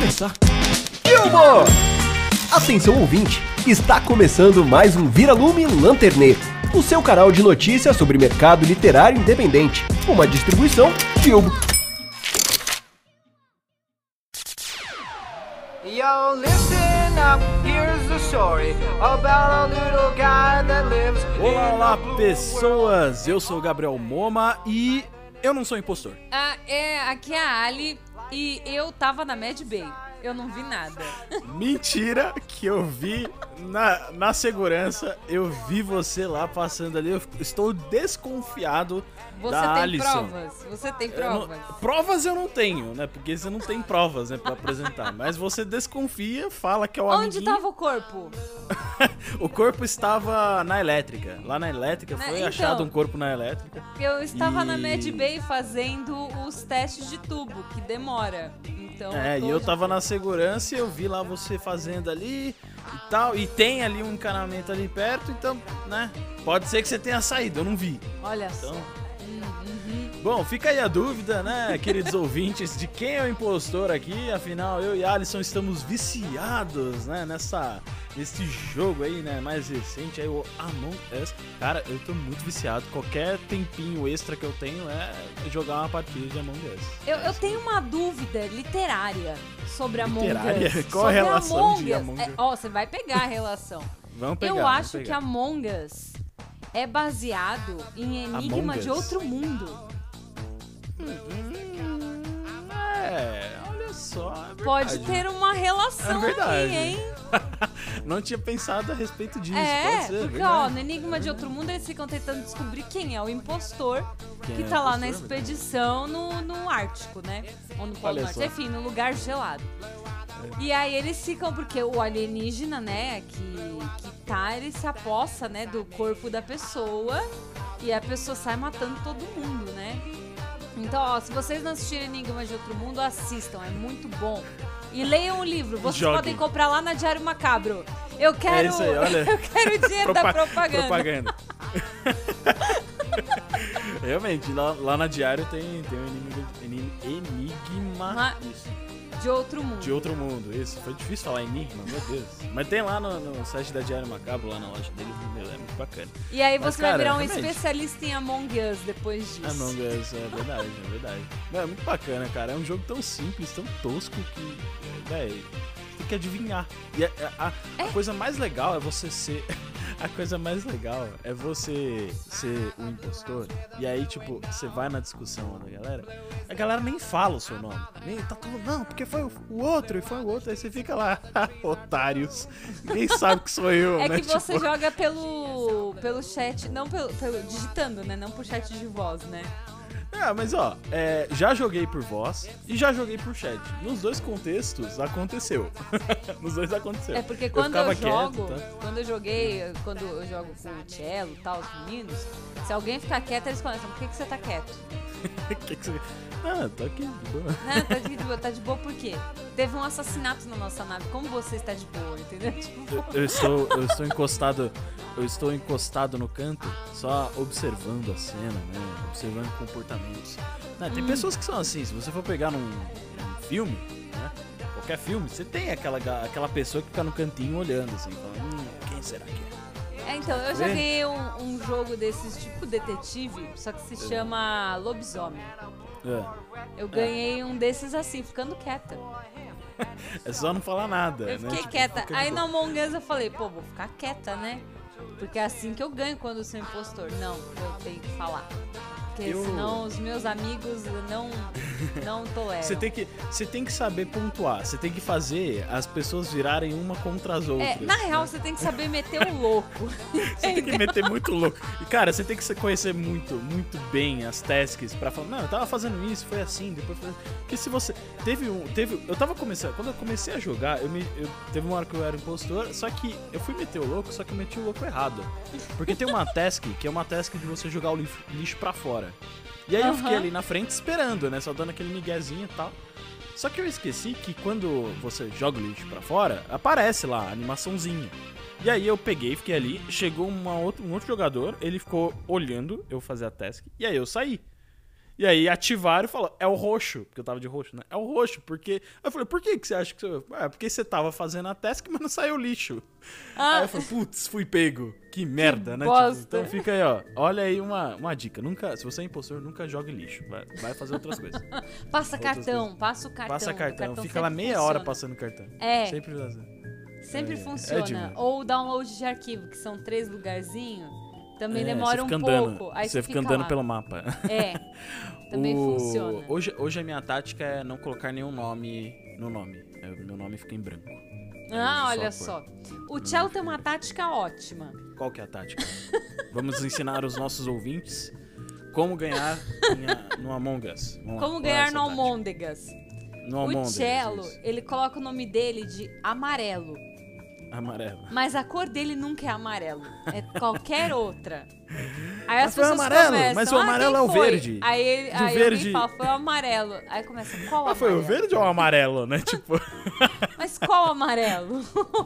começar. Filmo! Atenção ouvinte, está começando mais um Vira-Lume Lanternê, o seu canal de notícias sobre mercado literário independente, uma distribuição Filmo. Yo, listen up, here's the story about a little guy that lives. Olá, pessoas! Eu sou o Gabriel Moma e eu não sou impostor. Aqui é a Ali e eu tava na Mad Bay. Eu não vi nada. Mentira que eu vi na segurança, eu vi você lá passando ali, eu estou desconfiado da Alisson. Você tem provas? Provas eu não tenho, né? Porque você não tem provas, né, pra apresentar. Mas você desconfia, fala que é o amiguinho. Onde tava o corpo? O corpo estava na elétrica. Lá na elétrica, foi achado um corpo na elétrica. Eu estava na Mad Bay fazendo os testes de tubo, que demora. Então, e eu tava na segurança e eu vi lá você fazendo ali e tal. E tem ali um encanamento ali perto, então, né? Pode ser que você tenha saído, eu não vi. Olha então, só. Bom, fica aí a dúvida, né, queridos ouvintes, de quem é o impostor aqui. Afinal, eu e Alisson estamos viciados, né, nesse jogo aí, né, mais recente, aí o Among Us. Cara, eu tô muito viciado. Qualquer tempinho extra que eu tenho é jogar uma partida de Among Us. Eu tenho uma dúvida literária sobre Among Us. Qual a relação de Among Us? Você vai pegar a relação. Vamos pegar. Eu acho que Among Us é baseado em Enigma de Outro Mundo. Olha só, é verdade. Pode ter uma relação aí, hein? Não tinha pensado a respeito disso, pode ser, porque no Enigma de Outro Mundo eles ficam tentando descobrir quem é o impostor que tá lá na expedição no Ártico, né? Ou no Polo Norte, enfim, no lugar gelado. E aí eles ficam, porque o alienígena, né, ele se apossa, né, do corpo da pessoa e a pessoa sai matando todo mundo, né? Então, se vocês não assistirem Enigma de Outro Mundo, assistam, é muito bom. E leiam o livro, vocês podem comprar lá na Diário Macabro. Eu quero, isso aí, olha. Eu quero o dinheiro da propaganda. Realmente, lá na Diário tem um enigma. De Outro Mundo. De Outro Mundo, isso. Foi difícil falar enigma, meu Deus. Mas tem lá no site da Diário Macabro, lá na loja dele, é muito bacana. E aí você vai virar um especialista em Among Us depois disso. Among Us, é verdade. É muito bacana, cara. É um jogo tão simples, tão tosco que, velho, tem que adivinhar. E a coisa mais legal é você ser... A coisa mais legal é você ser um impostor. E aí, tipo, você vai na discussão da galera, a galera nem fala o seu nome. Nem tá todo, não, porque foi o outro, e foi o outro. Aí você fica lá, otários. Ninguém sabe que sou eu, né? É que você joga pelo chat, não pelo digitando, né? Não por chat de voz, né? Mas já joguei por voz e já joguei por chat. Nos dois contextos aconteceu. Nos dois aconteceu. É porque quando eu jogo com o Cello e tal, os meninos, se alguém ficar quieto, eles começam, por que você tá quieto? Tô aqui de boa. Não, tá de boa. Tá de boa por quê? Teve um assassinato na nossa nave, como você está de boa, entendeu? Eu estou encostado no canto, só observando a cena, né? Observando comportamentos. Tem pessoas que são assim, se você for pegar num filme, né? Qualquer filme, você tem aquela pessoa que fica no cantinho olhando, assim, falando, quem será que é? Então, eu já ganhei um jogo desses tipo detetive, só que se chama Lobisomem. Eu ganhei um desses assim, ficando quieta. É só não falar nada. Eu fiquei quieta. Aí na Among Us eu falei, vou ficar quieta, né? Porque é assim que eu ganho quando eu sou impostor. Não, eu tenho que falar. Porque senão os meus amigos não toleram. Você tem que saber pontuar. Você tem que fazer as pessoas virarem uma contra as outras. Na real, você tem que saber meter o louco. Você tem que meter muito louco. E, cara, você tem que conhecer muito, muito bem as tasks pra falar, não, eu tava fazendo isso, foi assim, depois foi assim. Porque se você... Eu tava começando... Quando eu comecei a jogar, teve uma hora que eu era impostor, só que eu fui meter o louco, só que eu meti o louco errado. Porque tem uma task, que é uma task de você jogar o lixo pra fora. E aí eu fiquei ali na frente esperando, né? Só dando aquele miguezinho e tal. Só que eu esqueci que quando você joga o lixo pra fora, aparece lá a animaçãozinha. E aí eu peguei, fiquei ali, chegou um outro jogador, ele ficou olhando eu fazer a task, e aí eu saí. E aí ativaram e falaram, é o roxo, porque eu tava de roxo, né? É o roxo, porque... Eu falei, por que você acha que você... Porque você tava fazendo a task, mas não saiu lixo. Aí eu falei, putz, fui pego. Que merda, né? Tipo, então fica aí, ó. Olha aí uma dica. Nunca, se você é impostor, nunca jogue lixo. Vai fazer outras coisas. Passa cartão, passa o cartão. Passa cartão. Fica lá meia hora passando cartão. Sempre funciona. Ou o download de arquivo, que são 3 lugarzinhos. Também demora um pouco. Aí você fica andando pelo mapa. Também funciona. Hoje a minha tática é não colocar nenhum nome no nome. Meu nome fica em branco. Olha só. O Cello tem uma tática ótima. Qual que é a tática? Vamos ensinar os nossos ouvintes como ganhar no Among Us. Como ganhar no Almôndegas. O Cello, ele coloca o nome dele de Amarelo. Amarelo. Mas a cor dele nunca é amarelo. É qualquer outra. Aí as mas foi pessoas amarelo, começam, mas o amarelo é o verde. Aí verde... alguém fala, foi o amarelo. Aí começa, qual amarelo? Foi o verde ou o amarelo, né? Tipo... Mas qual amarelo?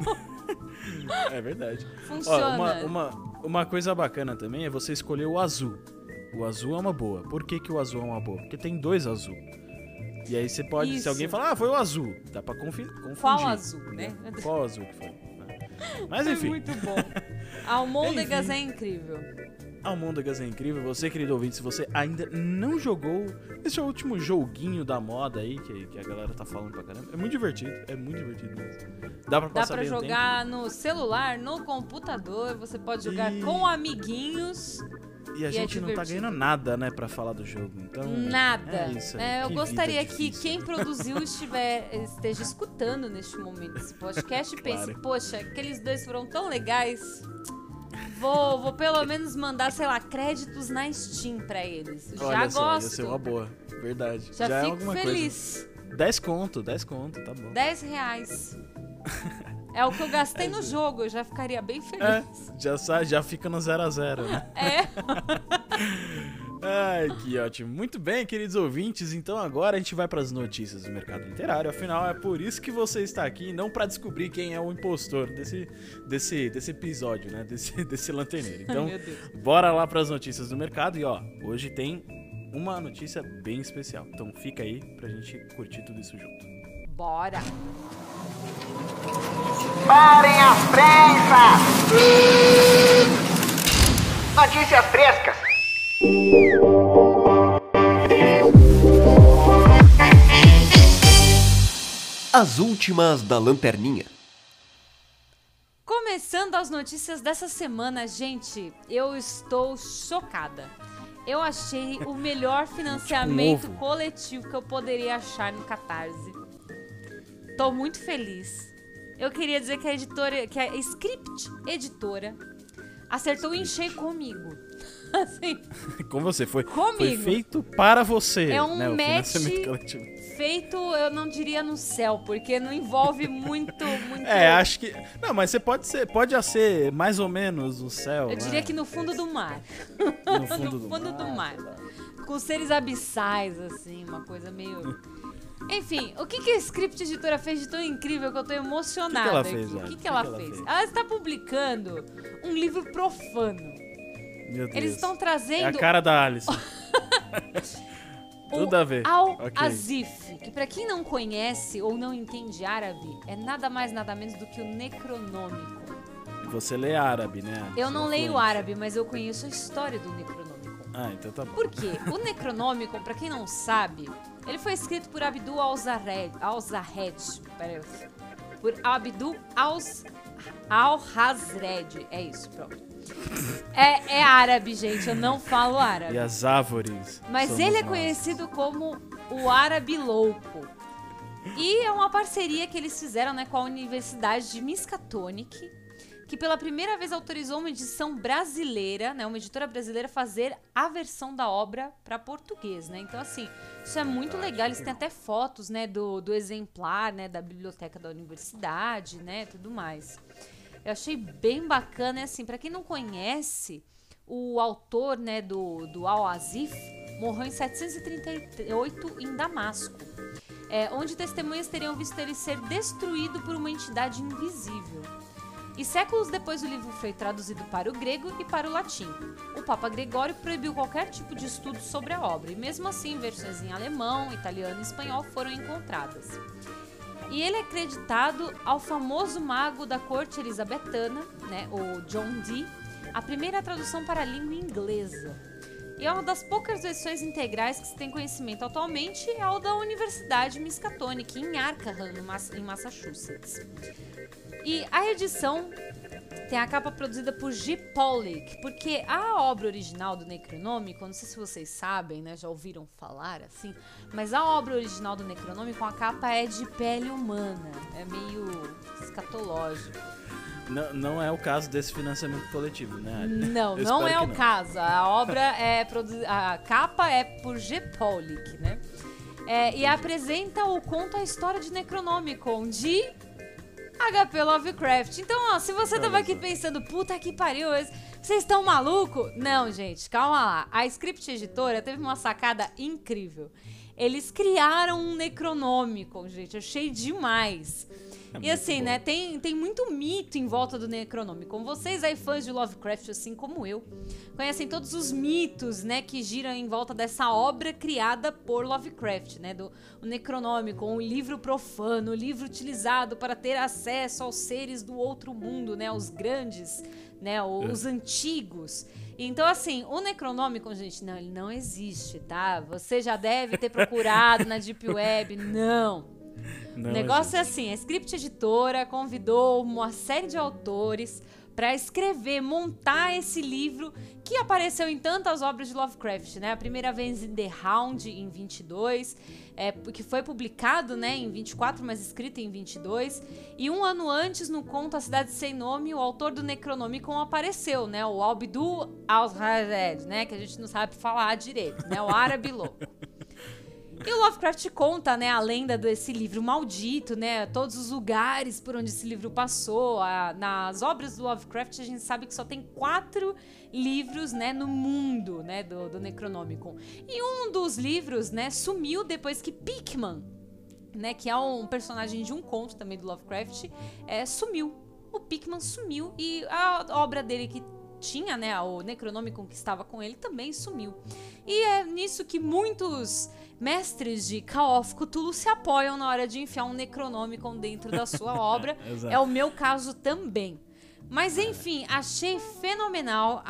É verdade. Funciona. Uma coisa bacana também é você escolher o azul. O azul é uma boa. Por que o azul é uma boa? Porque tem 2 azul. E aí você pode, se alguém falar, foi o azul, dá pra confundir. Qual azul, né? Qual azul que foi? Mas enfim. É muito bom. Almôndegas é incrível. Almôndegas é incrível. Você, querido ouvinte, se você ainda não jogou esse é o último joguinho da moda aí, que a galera tá falando pra caramba. É muito divertido mesmo. Dá pra passar bem o tempo. Dá pra jogar no celular, no computador, você pode jogar com amiguinhos. E a gente não tá ganhando nada, né, pra falar do jogo. Então, nada. É isso aí. Eu gostaria que quem produziu esteja escutando neste momento esse podcast e pense, poxa, aqueles 2 foram tão legais. Vou pelo menos mandar, sei lá, créditos na Steam pra eles. Olha já só, gosto. Ia ser uma boa. Verdade. Já é fico alguma feliz. Coisa. 10 conto, tá bom. R$10. É o que eu gastei no jogo, eu já ficaria bem feliz. Já fica no 0x0, né? Ai, que ótimo. Muito bem, queridos ouvintes. Então agora a gente vai para as notícias do mercado literário. Afinal, é por isso que você está aqui, não para descobrir quem é o impostor desse episódio, né? Desse lanterneiro. Então, bora lá para as notícias do mercado. E ó, hoje tem uma notícia bem especial. Então fica aí pra gente curtir tudo isso junto. Bora! Parem as prensas! Notícias frescas! As últimas da lanterninha. Começando as notícias dessa semana, gente, eu estou chocada. Eu achei o melhor financiamento coletivo que eu poderia achar no Catarse. Tô muito feliz. Eu queria dizer que a Script Editora acertou em cheio comigo. Assim, com você, foi feito para você. É um né, match feito, eu não diria no céu, porque não envolve muito... acho que... Não, mas você pode ser mais ou menos no céu. Eu diria que no fundo do mar. No fundo do mar. Com seres abissais, assim, uma coisa meio... Enfim, o que a Script Editora fez de tão incrível que eu tô emocionada? O que ela fez? Ela está publicando um livro profano. Meu Deus. Eles estão trazendo... É a cara da Alice. Tudo a ver. Al-Azif, que pra quem não conhece ou não entende árabe, é nada mais nada menos do que o Necronômico. Você lê árabe, né? Alice? Eu não leio árabe, mas eu conheço a história do Necronômico. Ah, então tá bom. Por quê? O Necronômico, pra quem não sabe, ele foi escrito por Abdul al-Zahed. Por Abdul al-Hazred. É isso, pronto. É árabe, gente, eu não falo árabe. E as árvores. Mas ele é conhecido como o Árabe Louco. E é uma parceria que eles fizeram, né, com a Universidade de Miskatonic, que pela primeira vez autorizou uma edição brasileira, né, uma editora brasileira, fazer a versão da obra para português, né? Então, assim, isso é muito legal. Eles têm até fotos, né, do exemplar, né, da biblioteca da universidade, né, tudo mais. Eu achei bem bacana, e assim, pra quem não conhece, o autor, né, do Al-Azif morreu em 738 em Damasco, onde testemunhas teriam visto ele ser destruído por uma entidade invisível. E séculos depois o livro foi traduzido para o grego e para o latim. O Papa Gregório proibiu qualquer tipo de estudo sobre a obra, e mesmo assim versões em alemão, italiano e espanhol foram encontradas. E ele é acreditado ao famoso mago da corte elisabetana, né, o John Dee, a primeira tradução para a língua inglesa. E é uma das poucas versões integrais que se tem conhecimento atualmente, é o da Universidade Miskatonic, em Arkham, em Massachusetts. E a edição tem a capa produzida por G. Pollock, porque a obra original do Necronômico, não sei se vocês sabem, né, já ouviram falar assim, mas a obra original do Necronômico, a capa é de pele humana, é meio escatológico. Não é o caso desse financiamento coletivo, né? Não é o caso. A obra é a capa é por G. Pollock, né? E apresenta o conto A História de Necronomicon de H.P. Lovecraft. Então, ó, se você tava aqui pensando, puta que pariu, vocês estão maluco? Não, gente, calma lá. A Script Editora teve uma sacada incrível. Eles criaram um Necronomicon, gente. Achei demais. E assim, né, tem muito mito em volta do Necronomicon. Vocês aí, fãs de Lovecraft, assim como eu, conhecem todos os mitos, né, que giram em volta dessa obra criada por Lovecraft, né, o Necronomicon, o livro profano, o livro utilizado para ter acesso aos seres do outro mundo, né, os grandes, né, os antigos. Então, assim, o Necronomicon, gente, não, ele não existe, tá? Você já deve ter procurado na Deep Web, não. O negócio é assim, a Script Editora convidou uma série de autores para escrever, montar esse livro que apareceu em tantas obras de Lovecraft, né? A primeira vez em The Hound, em 22, que foi publicado, né, em 24, mas escrito em 22. E um ano antes, no conto A Cidade Sem Nome, o autor do Necronomicon apareceu, né? O Abdul al-Hazred, né? Que a gente não sabe falar direito, né? O árabe louco. E o Lovecraft conta, né, a lenda desse livro maldito, né, todos os lugares por onde esse livro passou. Nas obras do Lovecraft a gente sabe que só tem 4 livros, né, no mundo, né, do Necronomicon. E um dos livros, né, sumiu depois que Pickman, né, que é um personagem de um conto também do Lovecraft, sumiu. O Pickman sumiu e a obra dele que tinha, né, o Necronomicon que estava com ele também sumiu. E é nisso que muitos mestres de Call of Cthulhu se apoiam na hora de enfiar um Necronomicon dentro da sua obra. É o meu caso também. Mas enfim, achei fenomenal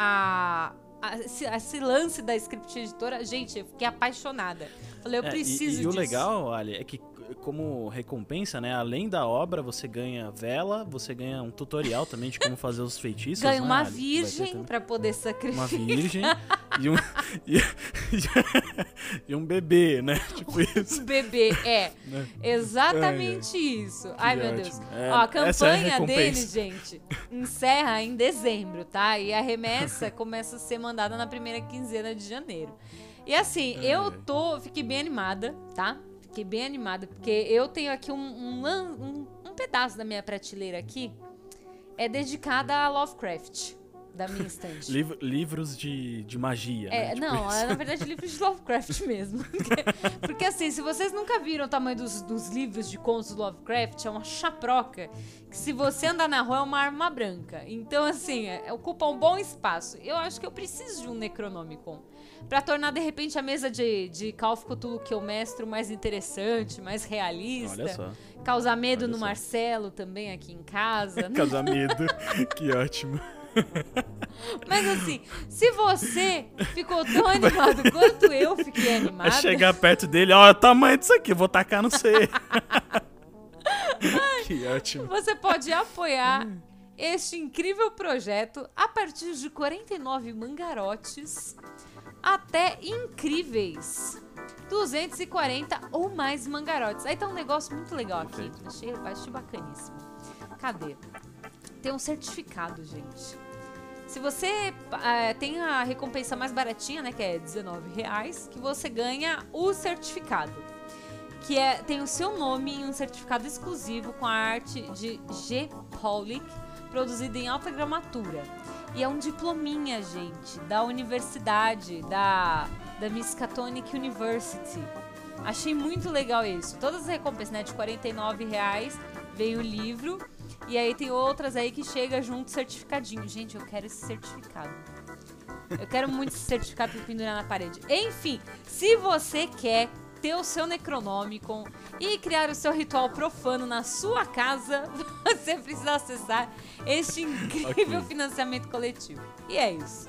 esse lance da Script Editora. Gente, eu fiquei apaixonada. Falei, eu preciso disso. E o legal, Ali, é que como recompensa, né, além da obra, você ganha vela, você ganha um tutorial também de como fazer os feitiços. Ganha né, uma virgem pra poder sacrificar. Uma virgem e um bebê, né? Tipo isso. Um bebê, exatamente isso. Ai, meu Deus. Ó, a campanha deles, gente, encerra em dezembro, tá? E a remessa começa a ser mandada na primeira quinzena de janeiro. E assim, fiquei bem animada, tá? Fiquei bem animada, porque eu tenho aqui um pedaço da minha prateleira aqui, dedicada a Lovecraft, da minha estante. Livros de magia, né? Tipo não, isso. na verdade livros de Lovecraft mesmo. Porque assim, se vocês nunca viram o tamanho dos livros de contos do Lovecraft, é uma chaproca, que se você andar na rua é uma arma branca. Então assim, ocupa um bom espaço. Eu acho que eu preciso de um Necronomicon pra tornar, de repente, a mesa de Call of Cthulhu que eu mestro mais interessante, mais realista. Olha só. Causar medo no Marcelo também aqui em casa. Causar medo, que ótimo. Mas assim, se você ficou tão animado quanto eu fiquei animada... Vai chegar perto dele, olha o tamanho disso aqui, eu vou tacar no C. Que ótimo. Você pode apoiar este incrível projeto a partir de 49 mangarotes até incríveis 240 ou mais mangarotes. Aí tá um negócio muito legal aqui. Achei bacaníssimo. Cadê? Tem um certificado, gente. Se você tem a recompensa mais baratinha, né, que é R$19, que você ganha o certificado. Que tem o seu nome e um certificado exclusivo com a arte de G. Pollock, produzido em alta gramatura. E é um diplominha, gente, da universidade, da Miskatonic University. Achei muito legal isso. Todas as recompensas, né, de R$49 veio o livro. E aí tem outras aí que chega junto certificadinho. Gente, eu quero esse certificado. Eu quero muito esse certificado pra pendurar na parede. Enfim, se você quer ter o seu Necronomicon e criar o seu ritual profano na sua casa, você precisa acessar este incrível financiamento coletivo. E é isso.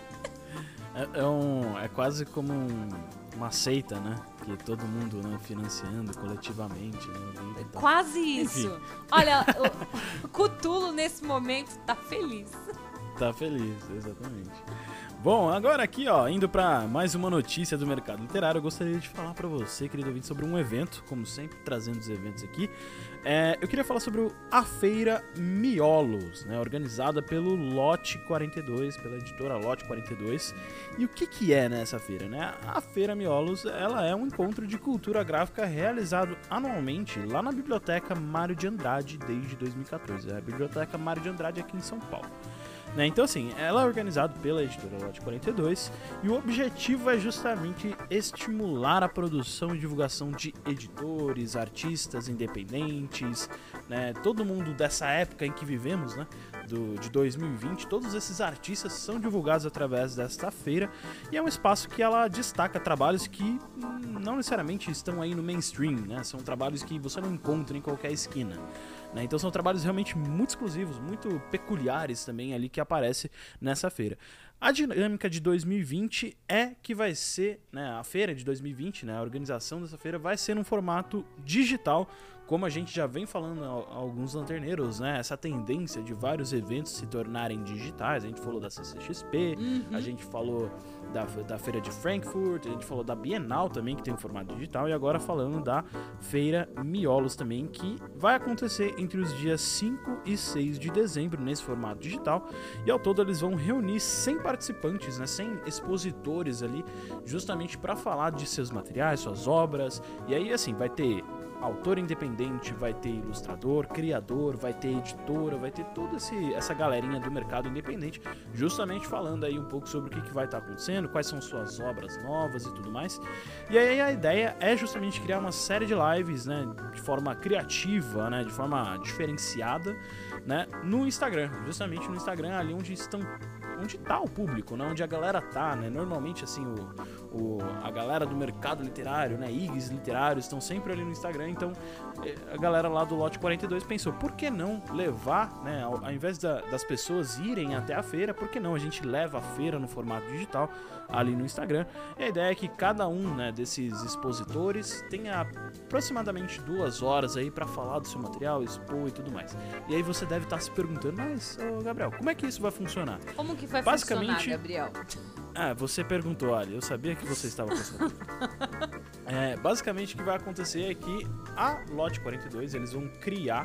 É quase como uma seita, né? Que todo mundo, né, financiando coletivamente. Né, quase isso. Enfim. Olha, o Cthulhu nesse momento tá feliz. Tá feliz, exatamente. Bom, agora aqui, ó, indo pra mais uma notícia do mercado literário, eu gostaria de falar pra você, querido ouvinte, sobre um evento, como sempre, trazendo os eventos aqui. Eu queria falar sobre a Feira Miolos, né, organizada pelo Lote 42, pela editora Lote 42. E o que é, né, essa feira, né? A Feira Miolos, ela é um encontro de cultura gráfica realizado anualmente lá na Biblioteca Mário de Andrade desde 2014. É a Biblioteca Mário de Andrade aqui em São Paulo. Né? Então, assim, ela é organizada pela editora Lote 42 e o objetivo é justamente estimular a produção e divulgação de editores, artistas independentes, né? Todo mundo dessa época em que vivemos, né? De 2020, todos esses artistas são divulgados através desta feira e é um espaço que ela destaca trabalhos que não necessariamente estão aí no mainstream, né? São trabalhos que você não encontra em qualquer esquina. Né? Então são trabalhos realmente muito exclusivos, muito peculiares também ali que aparece nessa feira. A dinâmica de 2020 é que vai ser, né, a feira de 2020, né, a organização dessa feira vai ser num formato digital, como a gente já vem falando a alguns lanterneiros, né, essa tendência de vários eventos se tornarem digitais. A gente falou da CCXP, a gente falou da Feira de Frankfurt, a gente falou da Bienal também, que tem um formato digital, e agora falando da Feira Miolos também, que vai acontecer entre os dias 5 e 6 de dezembro nesse formato digital, e ao todo eles vão reunir 100 participantes, né, 100 expositores ali, justamente para falar de seus materiais, suas obras, e aí assim, vai ter autor independente, vai ter ilustrador, criador, vai ter editora, vai ter toda essa galerinha do mercado independente, justamente falando aí um pouco sobre o que vai estar acontecendo, quais são suas obras novas e tudo mais. E aí a ideia é justamente criar uma série de lives, né, de forma criativa, né, de forma diferenciada, né, no Instagram, justamente no Instagram, ali onde tá o público, né? Onde a galera tá, né? Normalmente, assim, a galera do mercado literário, né? IGs literários estão sempre ali no Instagram, então a galera lá do Lote 42 pensou, por que não levar, né? Ao invés das pessoas irem até a feira, por que não a gente leva a feira no formato digital ali no Instagram? E a ideia é que cada um, né, desses expositores tenha aproximadamente 2 horas aí pra falar do seu material, expor e tudo mais. E aí você deve estar se perguntando, mas, Gabriel, como é que isso vai funcionar? Como que vai funcionar, Gabriel? Você perguntou, olha, eu sabia que você estava pensando. Basicamente o que vai acontecer é que a Lote 42, eles vão criar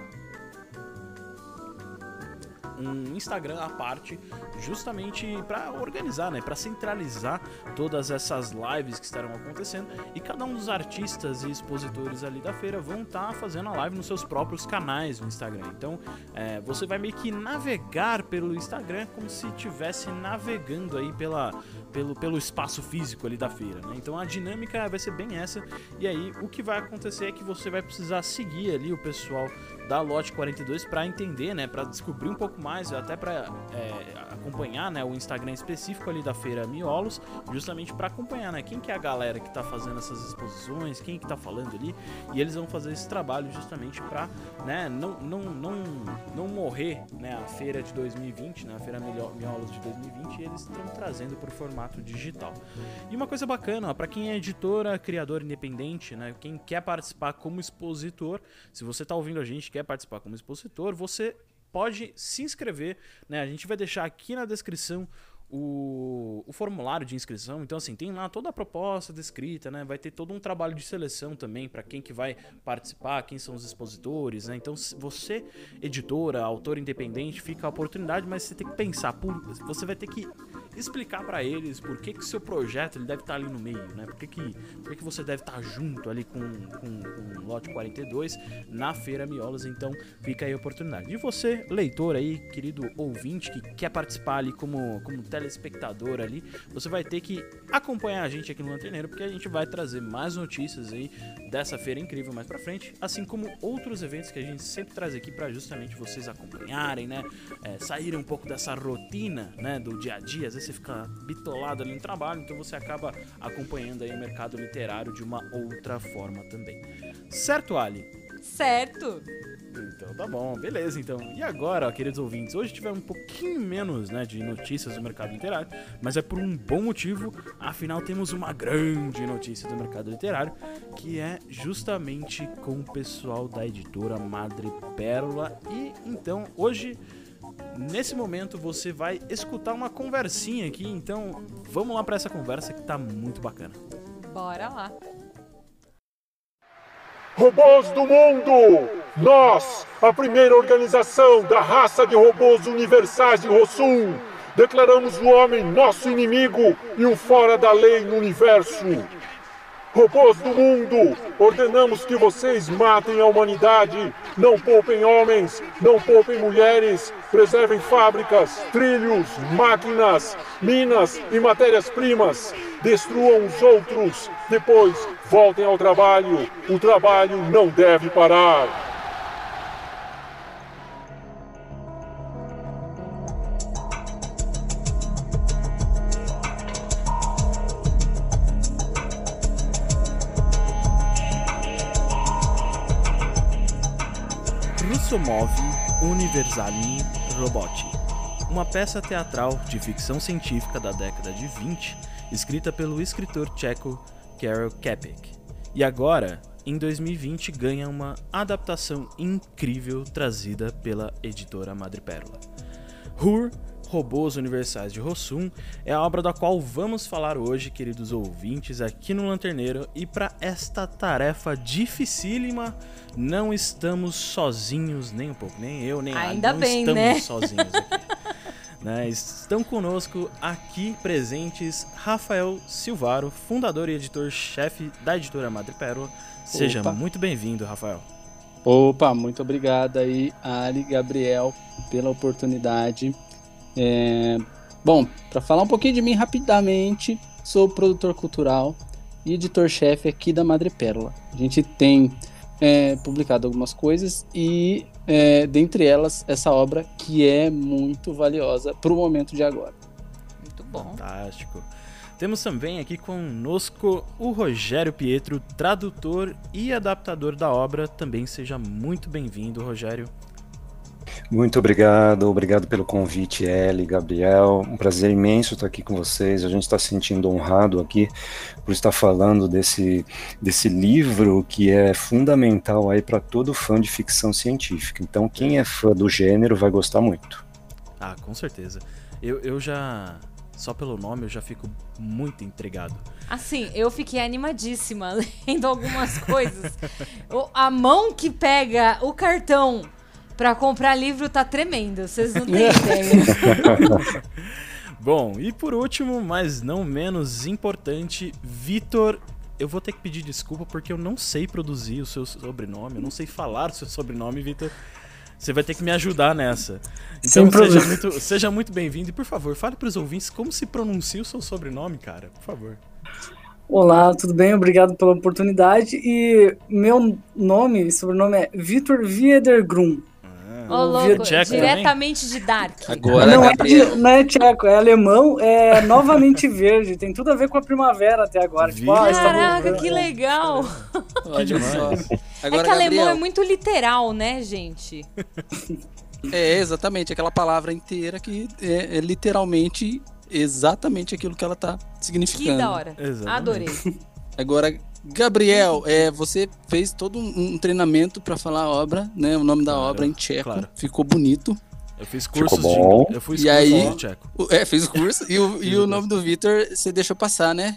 um Instagram à parte, justamente para organizar, né, para centralizar todas essas lives que estarão acontecendo, e cada um dos artistas e expositores ali da feira vão estar fazendo a live nos seus próprios canais no Instagram. Então você vai meio que navegar pelo Instagram como se estivesse navegando aí pelo espaço físico ali da feira, né? Então a dinâmica vai ser bem essa, e aí o que vai acontecer é que você vai precisar seguir ali o pessoal da Lote 42 para entender, né, para descobrir um pouco mais, até para acompanhar, né, o Instagram específico ali da Feira Miolos, justamente para acompanhar, né, quem que é a galera que tá fazendo essas exposições, quem que tá falando ali, e eles vão fazer esse trabalho justamente para, né, não morrer, né, a feira de 2020, né, a Feira Miolos de 2020, e eles estão trazendo para o formato digital. E uma coisa bacana, para quem é editora, criador independente, né, quem quer participar como expositor, se você tá ouvindo a gente, quer participar como expositor, você pode se inscrever, né? A gente vai deixar aqui na descrição o formulário de inscrição. Então, assim, tem lá toda a proposta descrita, né? Vai ter todo um trabalho de seleção também para quem que vai participar, quem são os expositores, né? Então, você, editora, autor independente, fica a oportunidade, mas você tem que pensar, você vai ter que explicar pra eles por que seu projeto ele deve estar ali no meio, né? Por que você deve estar junto ali com o lote 42 na Feira Miolos. Então fica aí a oportunidade. E você, leitor aí, querido ouvinte, que quer participar ali como telespectador ali, você vai ter que acompanhar a gente aqui no Lanterneiro, porque a gente vai trazer mais notícias aí dessa feira incrível mais pra frente, assim como outros eventos que a gente sempre traz aqui pra justamente vocês acompanharem, né? Saírem um pouco dessa rotina, né, do dia a dia. Às vezes você fica bitolado ali no trabalho, então você acaba acompanhando aí o mercado literário de uma outra forma também. Certo, Ali? Certo. Então tá bom, beleza então. E agora, ó, queridos ouvintes, hoje tiver um pouquinho menos, né, de notícias do mercado literário, mas é por um bom motivo, afinal temos uma grande notícia do mercado literário, que é justamente com o pessoal da editora Madrepérola. E então, hoje, nesse momento, você vai escutar uma conversinha aqui, então vamos lá pra essa conversa que tá muito bacana. Bora lá. Robôs do mundo! Nós, a primeira organização da raça de robôs universais de Rossum, declaramos o homem nosso inimigo e o fora da lei no universo. Robôs do mundo, ordenamos que vocês matem a humanidade, não poupem homens, não poupem mulheres, preservem fábricas, trilhos, máquinas, minas e matérias-primas, destruam os outros, depois voltem ao trabalho, o trabalho não deve parar. Russomov Universalim Roboti, uma peça teatral de ficção científica da década de 20, escrita pelo escritor tcheco Karel Čapek. E agora, em 2020, ganha uma adaptação incrível trazida pela editora Madrepérola. Hur, Robôs Universais de Rossum, é a obra da qual vamos falar hoje, queridos ouvintes, aqui no Lanterneiro. E para esta tarefa dificílima, não estamos sozinhos nem um pouco, nem eu, nem Ainda não bem, estamos né? sozinhos aqui. Né? Estão conosco aqui presentes Rafael Silvaro, fundador e editor-chefe da editora Madrepérola. Seja muito bem-vindo, Rafael. Opa, muito obrigado aí, Ali, Gabriel, pela oportunidade. Bom, para falar um pouquinho de mim rapidamente, sou produtor cultural e editor-chefe aqui da Madrepérola. A gente tem publicado algumas coisas e, dentre elas, essa obra que é muito valiosa para o momento de agora. Muito bom. Fantástico. Temos também aqui conosco o Rogério Pietro, tradutor e adaptador da obra. Também seja muito bem-vindo, Rogério. Muito obrigado pelo convite, Eli, Gabriel, um prazer imenso estar aqui com vocês. A gente está se sentindo honrado aqui por estar falando desse livro que é fundamental aí para todo fã de ficção científica. Então quem é fã do gênero vai gostar muito. Ah, com certeza. Eu já, só pelo nome, eu já fico muito intrigado. Assim, eu fiquei animadíssima lendo algumas coisas. A mão que pega o cartão pra comprar livro tá tremendo, vocês não têm ideia. Bom, e por último, mas não menos importante, Vitor. Eu vou ter que pedir desculpa porque eu não sei produzir o seu sobrenome, eu não sei falar o seu sobrenome, Vitor. Você vai ter que me ajudar nessa. Então seja muito bem-vindo e, por favor, fale pros ouvintes como se pronuncia o seu sobrenome, cara, por favor. Olá, tudo bem? Obrigado pela oportunidade. E meu nome e sobrenome é Vitor Wiedergrum. Ô, louco, Tcheco diretamente também? De Dark. Agora, não é tcheco, é alemão, é novamente verde. Tem tudo a ver com a primavera até agora. Caraca, que legal! Olha só. É Agora, que alemão Gabriel, é muito literal, né, gente? exatamente, aquela palavra inteira que é literalmente exatamente aquilo que ela tá significando. Que da hora. Exatamente. Adorei. Agora, Gabriel, você fez todo um treinamento para falar a obra, né? O nome da obra em tcheco. Claro. Ficou bonito. Eu fiz cursos bom. de... Eu fui E aí- de tcheco. Fez o curso. E o nome do Vitor você deixou passar, né?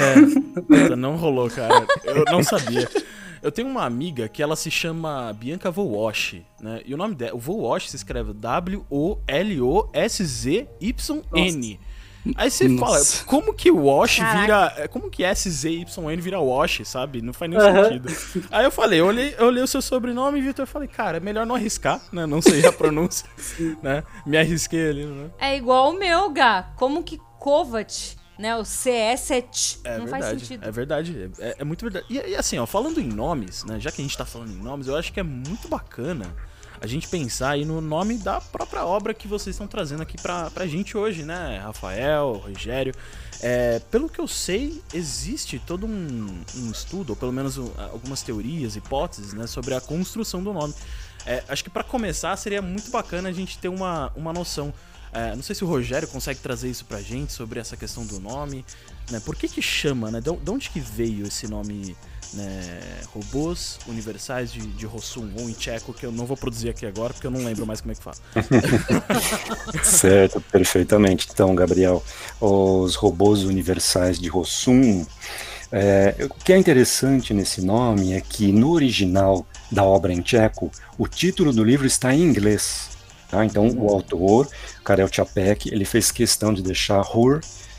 Não rolou, cara. Eu não sabia. Eu tenho uma amiga que ela se chama Bianca Wołosz, né? E o nome dela, o Wołosz se escreve W-O-L-O-S-Z-Y-N. Aí você Nossa. fala, como que Wash Caraca. vira... Como que SZYN vira Wash, sabe? Não faz nenhum sentido. Aí eu falei, eu olhei o seu sobrenome, Vitor, eu falei, cara, é melhor não arriscar, né? Não sei a pronúncia, né? Me arrisquei ali, né? É igual o meu, Gá. Como que Kovac, né? O CE7. Não faz sentido. É verdade, é muito verdade. E assim, ó, falando em nomes, né? Já que a gente tá falando em nomes, eu acho que é muito bacana a gente pensar aí no nome da própria obra que vocês estão trazendo aqui pra gente hoje, né? Rafael, Rogério. Pelo que eu sei, existe todo um estudo, ou pelo menos algumas teorias, hipóteses, né? Sobre a construção do nome. Acho que pra começar seria muito bacana a gente ter uma noção. Não sei se o Rogério consegue trazer isso pra gente sobre essa questão do nome, né? Por que chama, né? De onde que veio esse nome, né? Robôs Universais de Rossum, ou em tcheco, que eu não vou produzir aqui agora, porque eu não lembro mais como é que fala. Certo, perfeitamente. Então, Gabriel, os robôs universais de Rossum, o que é interessante nesse nome é que no original da obra em tcheco, o título do livro está em inglês. Tá? Então, o autor, Karel Čapek, ele fez questão de deixar RUR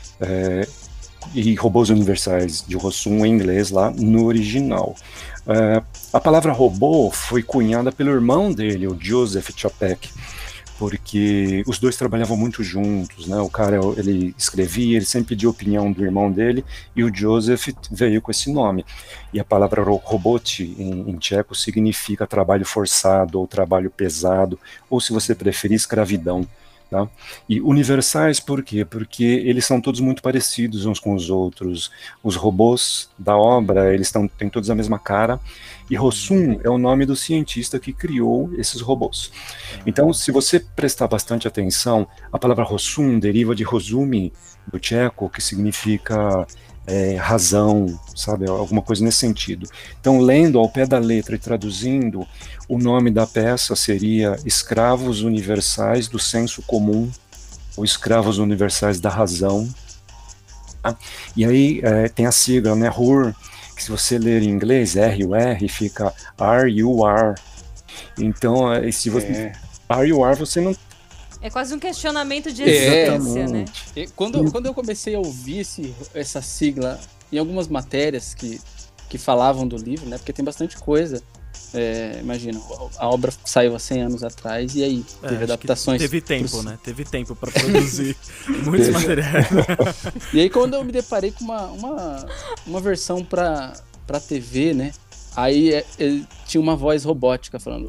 e Robôs Universais de Rossum em inglês lá no original. A palavra robô foi cunhada pelo irmão dele, o Joseph Čapek, porque os dois trabalhavam muito juntos, né? O cara, ele escrevia, ele sempre pedia a opinião do irmão dele, e o Joseph veio com esse nome. E a palavra robot em tcheco significa trabalho forçado, ou trabalho pesado, ou se você preferir, escravidão. Tá? E universais por quê? Porque eles são todos muito parecidos uns com os outros. Os robôs da obra, eles têm todos a mesma cara, e Rossum é o nome do cientista que criou esses robôs. Então, se você prestar bastante atenção, a palavra Rossum deriva de rozumi, do tcheco, que significa razão, sabe? Alguma coisa nesse sentido. Então, lendo ao pé da letra e traduzindo, o nome da peça seria Escravos Universais do Senso Comum, ou Escravos Universais da Razão. Tá? E aí tem a sigla, né, RUR, que se você ler em inglês, R-U-R, fica R-U-R. Então, se você... R-U-R, você não... É quase um questionamento de existência, né? E quando eu comecei a ouvir essa sigla em algumas matérias que falavam do livro, né? Porque tem bastante coisa. Imagina, a obra saiu há 100 anos atrás e aí teve adaptações. Teve tempo, né? Teve tempo para produzir muitos materiais. E aí quando eu me deparei com uma versão para TV, né? Aí tinha uma voz robótica falando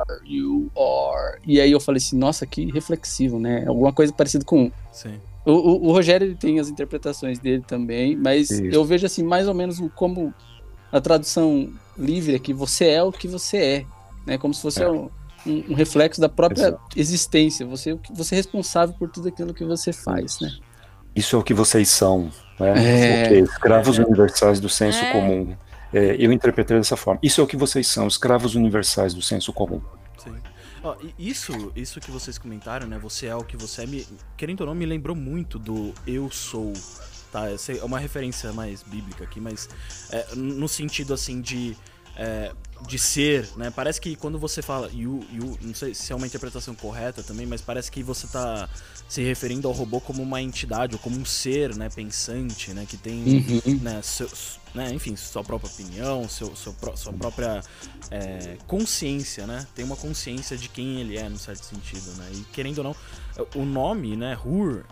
R-U-R. E aí eu falei assim, nossa, que reflexivo, né? Alguma coisa parecida com... Sim. O Rogério, ele tem as interpretações dele também, mas Isso. eu vejo assim, mais ou menos como a tradução livre é que você é o que você é, né? Como se fosse um reflexo da própria existência. Você é responsável por tudo aquilo que você faz, né? Isso é o que vocês são, né? Escravos universais do senso comum. Eu interpretei dessa forma. Isso é o que vocês são, escravos universais do senso comum. Sim. Ó, isso que vocês comentaram, né? Você é o que você é, querendo ou não, me lembrou muito do eu sou, tá? Essa é uma referência mais bíblica aqui, mas no sentido assim de ser, né? Parece que quando você fala you, não sei se é uma interpretação correta também, mas parece que você tá se referindo ao robô como uma entidade ou como um ser, né, pensante, né, que tem, enfim, sua própria opinião, sua própria consciência, né? Tem uma consciência de quem ele é, no certo sentido, né? E querendo ou não, o nome, né, RUR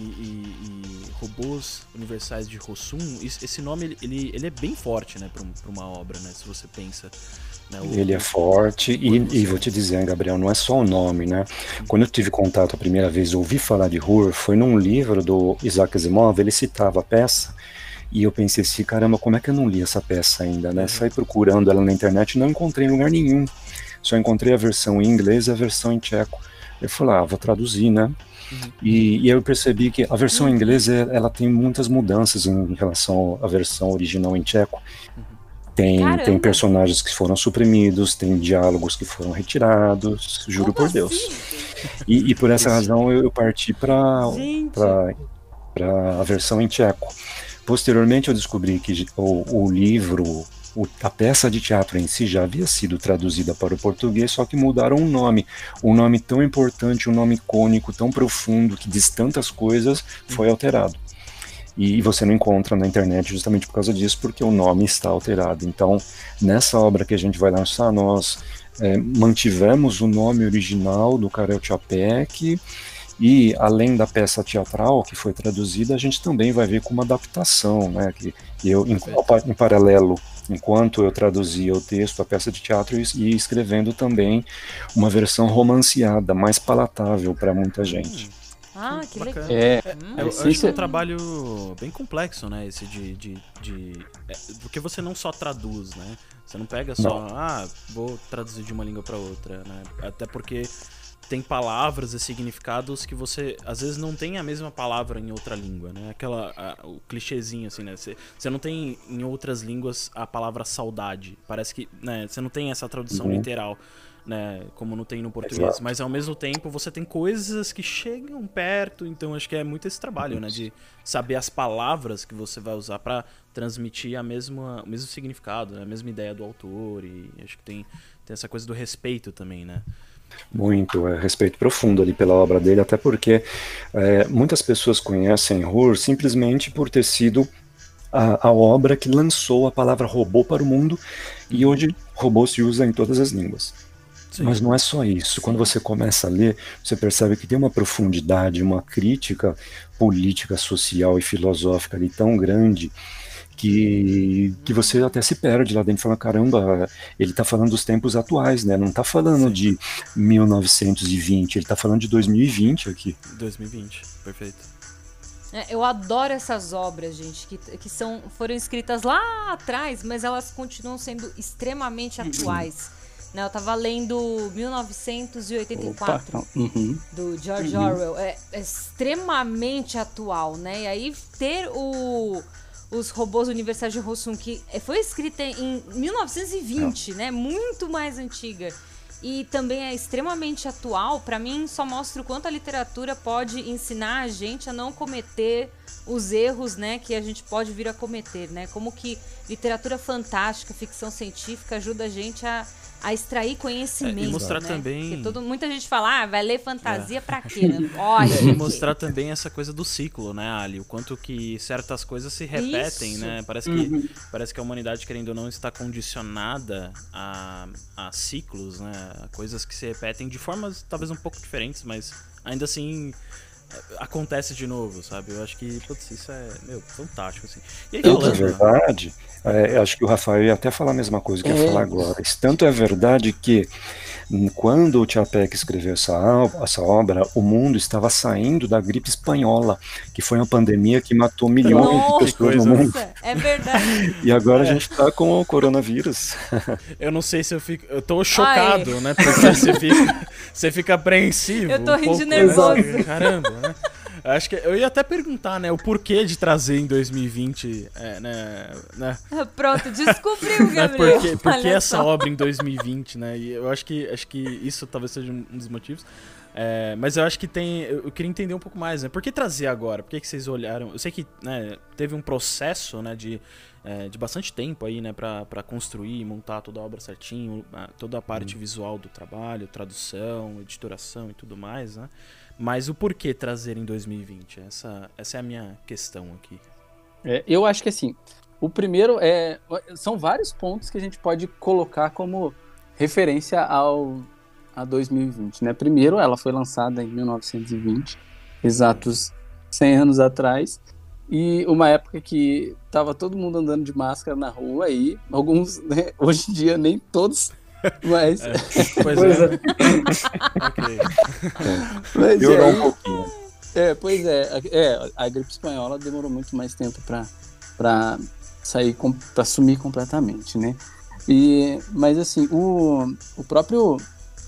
e Robôs Universais de Rossum, esse nome ele é bem forte, né, para uma obra, né? Se você pensa, né, ele é forte e vou te dizer, Gabriel, não é só o nome, né? Quando eu tive contato a primeira vez, ouvi falar de RUR, foi num livro do Isaac Asimov, ele citava a peça. E eu pensei assim, caramba, como é que eu não li essa peça ainda, né? Saí procurando ela na internet e não encontrei em lugar nenhum. Só encontrei a versão em inglês e a versão em tcheco. Eu falei, vou traduzir, né? E aí eu percebi que a versão em inglês, ela tem muitas mudanças em relação à versão original em tcheco. Tem personagens que foram suprimidos, tem diálogos que foram retirados, juro por Deus. E por essa razão eu parti para a versão em tcheco. Posteriormente eu descobri que o livro A peça de teatro em si já havia sido traduzida para o português, só que mudaram o nome. Um nome tão importante, um nome icônico, tão profundo, que diz tantas coisas, foi alterado. E você não encontra na internet justamente por causa disso, porque o nome está alterado. Então, nessa obra que a gente vai lançar, nós mantivemos o nome original do Karel Čapek, e além da peça teatral que foi traduzida, a gente também vai ver como adaptação, né? Que eu, em paralelo, enquanto eu traduzia o texto, a peça de teatro, e escrevendo também uma versão romanceada, mais palatável para muita gente. Ah, que legal. Eu acho que é um trabalho bem complexo, né? Esse porque você não só traduz, né? Você não pega só, vou traduzir de uma língua para outra, né? Até porque tem palavras e significados que você, às vezes, não tem a mesma palavra em outra língua, né? O clichêzinho, assim, né? Você não tem em outras línguas a palavra saudade. Parece que, né? Você não tem essa tradução literal, né? Como não tem no português. Exato. Mas, ao mesmo tempo, você tem coisas que chegam perto. Então, acho que é muito esse trabalho, né? De saber as palavras que você vai usar para transmitir o mesmo significado, né? A mesma ideia do autor. E acho que tem essa coisa do respeito também, né? Muito, respeito profundo ali pela obra dele, até porque muitas pessoas conhecem Ruhr simplesmente por ter sido a obra que lançou a palavra robô para o mundo, e hoje robô se usa em todas as línguas. Sim. Mas não é só isso. Quando você começa a ler, você percebe que tem uma profundidade, uma crítica política, social e filosófica ali tão grande que você até se perde lá dentro e fala, caramba, ele está falando dos tempos atuais, né? Não está falando de 1920, ele está falando de 2020 aqui. 2020, perfeito. Eu adoro essas obras, gente, que foram escritas lá atrás, mas elas continuam sendo extremamente atuais. Né, eu tava lendo 1984, do George Orwell, é extremamente atual, né? E aí ter os robôs universais de Rossum, que foi escrita em 1920, né? Muito mais antiga. E também é extremamente atual. Para mim, só mostra o quanto a literatura pode ensinar a gente a não cometer os erros, né, que a gente pode vir a cometer, né? Como que literatura fantástica, ficção científica ajuda a gente a extrair conhecimento, e mostrar, né? Também... muita gente fala, vai ler fantasia pra quê? Né? Olha, e mostrar também essa coisa do ciclo, né, Ali? O quanto que certas coisas se repetem, isso, né? Parece que a humanidade, querendo ou não, está condicionada a ciclos, né? A coisas que se repetem de formas talvez um pouco diferentes, mas ainda assim acontece de novo, sabe? Eu acho que, putz, isso é, fantástico, assim. E aí, tanto é verdade, acho que o Rafael ia até falar a mesma coisa que ia falar agora. Isso tanto é verdade que quando o Čapek escreveu essa obra, o mundo estava saindo da gripe espanhola, que foi uma pandemia que matou milhões de pessoas no mundo. É verdade. E agora a gente tá com o coronavírus. Eu não sei se eu fico... Eu tô chocado, né? Porque você fica apreensivo. Eu tô rindo de nervoso. Né? Caramba, né? Acho que eu ia até perguntar, né, o porquê de trazer em 2020, né? Pronto, descobriu, Gabriel. Por que essa obra em 2020, né? E eu acho que isso talvez seja um dos motivos. Mas eu acho que eu queria entender um pouco mais, né? Por que trazer agora? Por que vocês olharam? Eu sei que, né, teve um processo, né, de bastante tempo aí, né, pra construir e montar toda a obra certinho, toda a parte visual do trabalho, tradução, editoração e tudo mais, né? Mas o porquê trazer em 2020? Essa é a minha questão aqui. Eu acho que assim, o primeiro são vários pontos que a gente pode colocar como referência a 2020, né? Primeiro, ela foi lançada em 1920, exatos 100 anos atrás, e uma época que tava todo mundo andando de máscara na rua, e alguns, né, hoje em dia nem todos... Mas... Pois é. Okay. Mas piorou um pouquinho. Pois é. A gripe espanhola demorou muito mais tempo para sumir completamente, né? Mas assim, o próprio...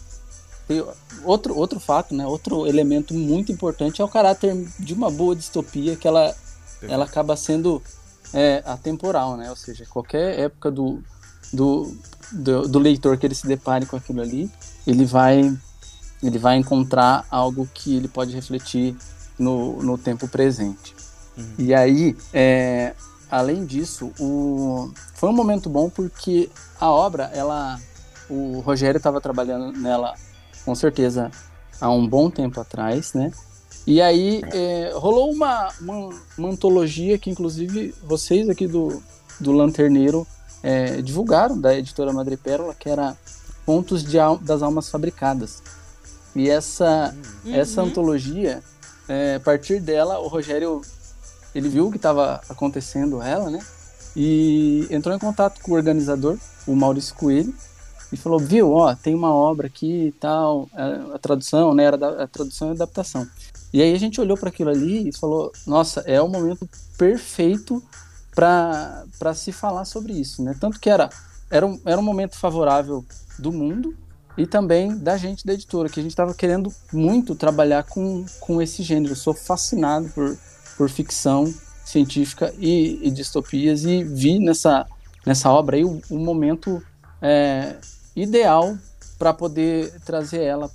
Outro fato, né? Outro elemento muito importante é o caráter de uma boa distopia, que ela acaba sendo atemporal, né? Ou seja, qualquer época do leitor que ele se depare com aquilo ali, ele vai encontrar algo que ele pode refletir no tempo presente. E aí, além disso, foi um momento bom porque a obra, o Rogério estava trabalhando nela, com certeza, há um bom tempo atrás, né? E aí rolou uma antologia que, inclusive, vocês aqui do Lanterneiro divulgaram, da editora Madrepérola, que era Contos das Almas Fabricadas. E essa antologia, a partir dela, o Rogério, ele viu o que estava acontecendo ela, né? E entrou em contato com o organizador, o Maurício Coelho, e falou, viu, tem uma obra aqui e tal, a tradução, né? Era a tradução e adaptação. E aí a gente olhou para aquilo ali e falou, nossa, é o momento perfeito para se falar sobre isso, né? Tanto que era um momento favorável do mundo e também da gente da editora, que a gente estava querendo muito trabalhar com esse gênero. Eu sou fascinado por ficção científica e distopias, e vi nessa obra aí um momento ideal para poder trazer ela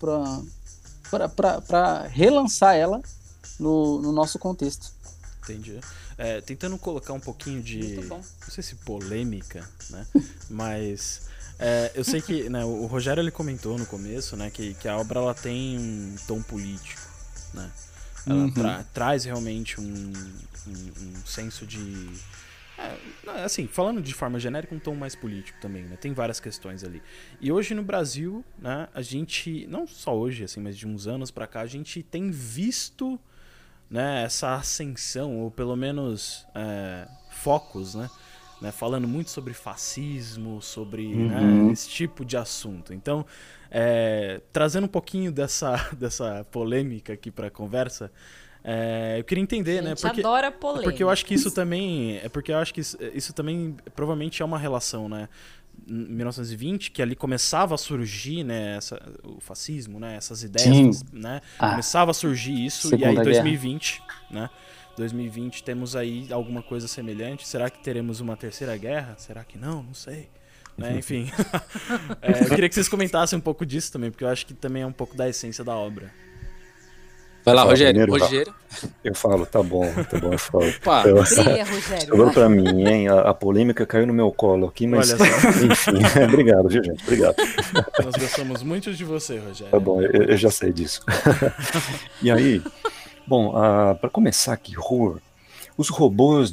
para relançar ela no nosso contexto. Entendi. Tentando colocar um pouquinho de, não sei se polêmica, né? Mas eu sei que, né, o Rogério ele comentou no começo, né, que a obra ela tem um tom político, né? Ela traz realmente um senso de... assim, falando de forma genérica, um tom mais político também, né? Tem várias questões ali. E hoje no Brasil, né, a gente, não só hoje, assim, mas de uns anos pra cá, a gente tem visto, né, essa ascensão, ou pelo menos focos, né, falando muito sobre fascismo, sobre né, esse tipo de assunto. Então, trazendo um pouquinho dessa polêmica aqui pra conversa, eu queria entender, né? Porque adora polêmica. Porque eu acho que isso também. Isso também provavelmente é uma relação, né? Em 1920, que ali começava a surgir, né, o fascismo, né? Essas ideias, né? Começava a surgir isso, Segunda e aí 2020, né? 2020 temos aí alguma coisa semelhante. Será que teremos uma terceira guerra? Será que não? Não sei. Né? Enfim. Eu queria que vocês comentassem um pouco disso também, porque eu acho que também é um pouco da essência da obra. Vai lá, Rogério. Eu falo, tá bom, eu falo. Brilha, Rogério. Sobrou pra mim, hein? A polêmica caiu no meu colo aqui, mas enfim, obrigado, viu, gente? Obrigado. Nós gostamos muito de você, Rogério. Tá bom, eu já sei disso. E aí, bom, para começar aqui, os robôs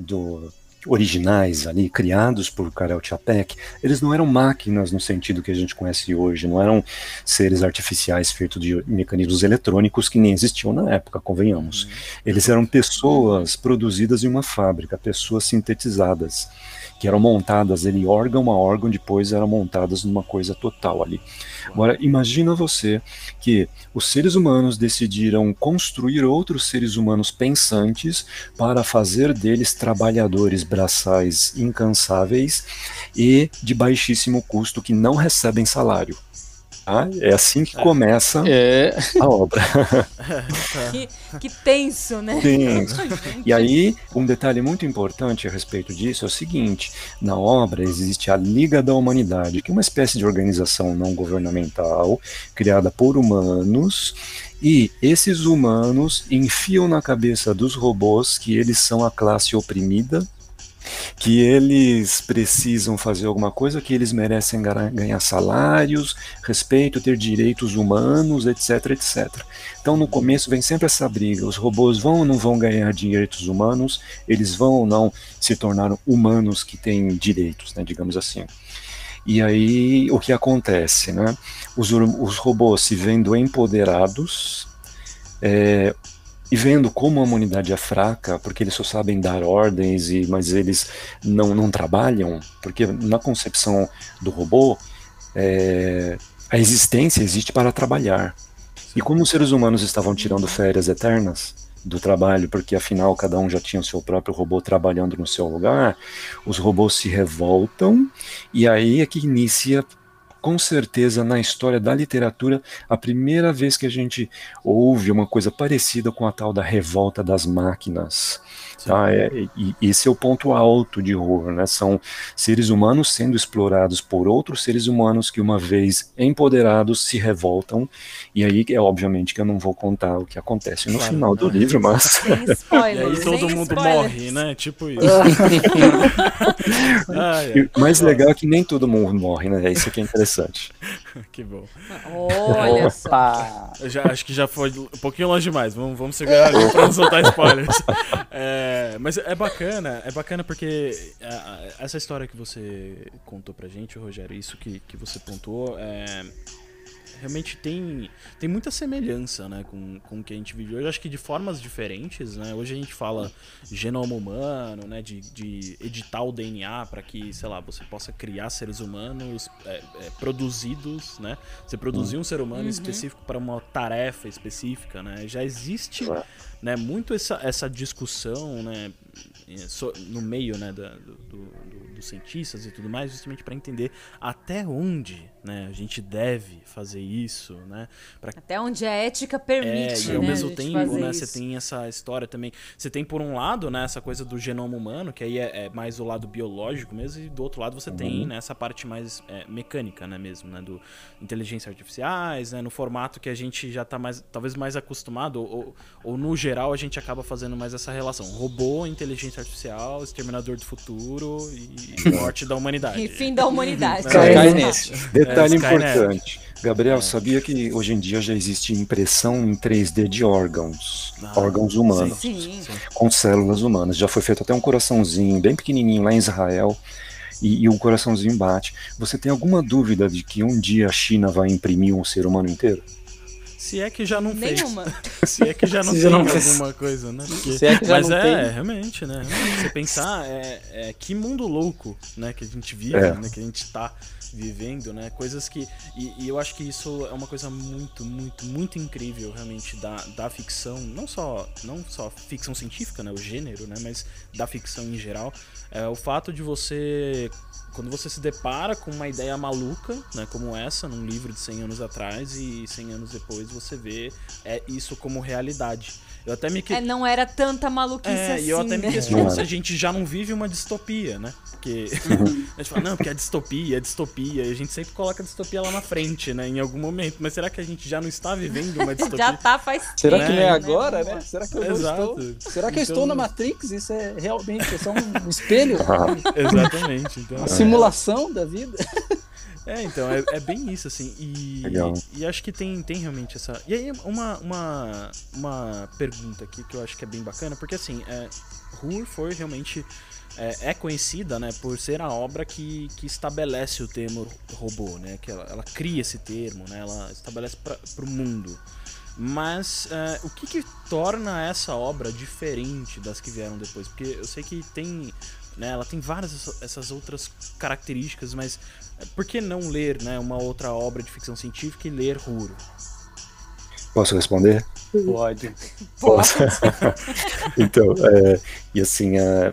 originais ali, criados por Karel Čapek, eles não eram máquinas no sentido que a gente conhece hoje, não eram seres artificiais feitos de mecanismos eletrônicos que nem existiam na época, convenhamos. Eles eram pessoas produzidas em uma fábrica, pessoas sintetizadas, que eram montadas ali órgão a órgão, depois eram montadas numa coisa total ali. Agora, imagina você que os seres humanos decidiram construir outros seres humanos pensantes para fazer deles trabalhadores braçais incansáveis e de baixíssimo custo que não recebem salário. Tá? É assim que começa a obra. Que tenso, né? Tenso. E aí, um detalhe muito importante a respeito disso é o seguinte: na obra existe a Liga da Humanidade, que é uma espécie de organização não governamental criada por humanos, e esses humanos enfiam na cabeça dos robôs que eles são a classe oprimida, que eles precisam fazer alguma coisa, que eles merecem ganhar salários, respeito, ter direitos humanos, etc, etc. Então no começo vem sempre essa briga, os robôs vão ou não vão ganhar direitos humanos, eles vão ou não se tornar humanos que têm direitos, né, digamos assim. E aí o que acontece, né? Os robôs se vendo empoderados, e vendo como a humanidade é fraca, porque eles só sabem dar ordens, mas eles não trabalham, porque na concepção do robô, a existência existe para trabalhar. E como os seres humanos estavam tirando férias eternas do trabalho, porque afinal cada um já tinha o seu próprio robô trabalhando no seu lugar, os robôs se revoltam, e aí é que com certeza, na história da literatura, a primeira vez que a gente ouve uma coisa parecida com a tal da revolta das máquinas. Tá? E esse é o ponto alto de horror, né? São seres humanos sendo explorados por outros seres humanos que, uma vez empoderados, se revoltam. E aí, obviamente, que eu não vou contar o que acontece no final do livro, mas... Sem spoiler, e aí todo mundo morre, né? Tipo isso. O mais legal é que nem todo mundo morre, né? Isso aqui é interessante. Que bom. Olha só. Acho que já foi um pouquinho longe demais. Vamos segurar ali pra não soltar spoilers. Mas é bacana porque essa história que você contou pra gente, Rogério, isso que você pontuou, realmente tem muita semelhança, né, com o que a gente vive hoje. Acho que de formas diferentes, né? Hoje a gente fala genoma humano, né, de editar o DNA para que, sei lá, você possa criar seres humanos produzidos, né? Você produzir um ser humano específico para uma tarefa específica, né? Já existe, né, muito essa discussão, né, no meio, né, dos cientistas e tudo mais, justamente para entender até onde, né, a gente deve fazer isso, né? Até onde a ética permite, e ao né, mesmo tempo, né, isso. você tem essa história também. Você tem, por um lado, né, essa coisa do genoma humano, que aí é mais o lado biológico mesmo, e do outro lado você tem, né, essa parte mais mecânica, né, mesmo, né, do inteligência artificiais, né, no formato que a gente já tá talvez mais acostumado, ou no geral a gente acaba fazendo mais essa relação. Robô, inteligência artificial, exterminador do futuro e morte da humanidade. E fim da humanidade. Detalhe importante. Gabriel, sabia que hoje em dia já existe impressão em 3D de órgãos humanos, sim. com células humanas. Já foi feito até um coraçãozinho bem pequenininho lá em Israel, e o coraçãozinho bate. Você tem alguma dúvida de que um dia a China vai imprimir um ser humano inteiro? Se é que já não Nenhuma. fez. Se é que já não tem alguma coisa, né? Porque... Se é que já mas não tem. Realmente, né? Você pensar, que mundo louco, né, que a gente vive, né, que a gente tá vivendo, né? Coisas que... E eu acho que isso é uma coisa muito, muito, muito incrível, realmente, da ficção. Não só ficção científica, né? O gênero, né? Mas da ficção em geral. É o fato de você... Quando você se depara com uma ideia maluca, né, como essa, num livro de 100 anos atrás, e 100 anos depois você vê isso como realidade. Eu até me não era tanta maluquice assim, e eu até me né? questiono se a gente já não vive uma distopia, né? Porque a gente fala, não, porque é distopia, e a gente sempre coloca a distopia lá na frente, né, em algum momento. Mas será que a gente já não está vivendo uma distopia? Já tá faz tempo. Será que não é agora, né? Será que eu Exato. não estou? Será que eu estou na Matrix? Isso é realmente só um espelho? Exatamente. Então, Uma simulação da vida? Então, é bem isso, assim, e acho que tem realmente essa... E aí, uma pergunta aqui que eu acho que é bem bacana, porque assim, Hur foi realmente... É conhecida, né, por ser a obra que estabelece o termo robô, né, que ela cria esse termo, né, ela estabelece pro mundo. Mas o que torna essa obra diferente das que vieram depois? Porque eu sei que tem... Né, ela tem várias essas outras características, mas por que não ler, né, uma outra obra de ficção científica e ler Hur? Posso responder? Pode. Posso. Então, e assim,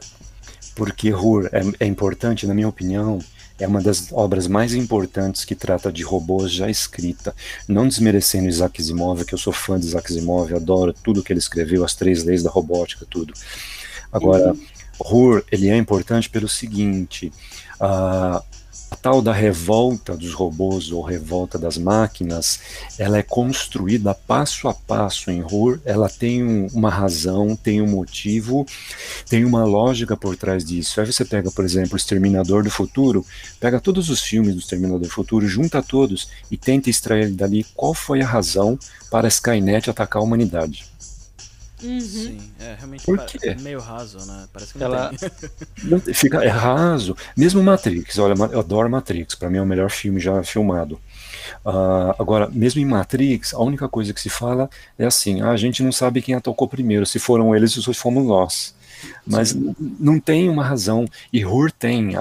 porque Hur é importante, na minha opinião, é uma das obras mais importantes que trata de robôs já escrita. Não desmerecendo Isaac Asimov, que eu sou fã de Isaac Asimov, adoro tudo que ele escreveu, as 3 leis da robótica, tudo. Agora, Hur, ele é importante pelo seguinte, a tal da revolta dos robôs ou revolta das máquinas, ela é construída passo a passo em Hur, ela tem uma razão, tem um motivo, tem uma lógica por trás disso. Aí você pega, por exemplo, o Exterminador do Futuro, pega todos os filmes do Exterminador do Futuro, junta todos e tenta extrair dali qual foi a razão para a Skynet atacar a humanidade. Sim, realmente é meio raso, né? Parece que não tem. É raso. Mesmo Matrix, olha, eu adoro Matrix, pra mim é o melhor filme já filmado. Agora, mesmo em Matrix, a única coisa que se fala é assim, a gente não sabe quem atacou primeiro, se foram eles ou se fomos nós. Mas não tem uma razão, e Hur tem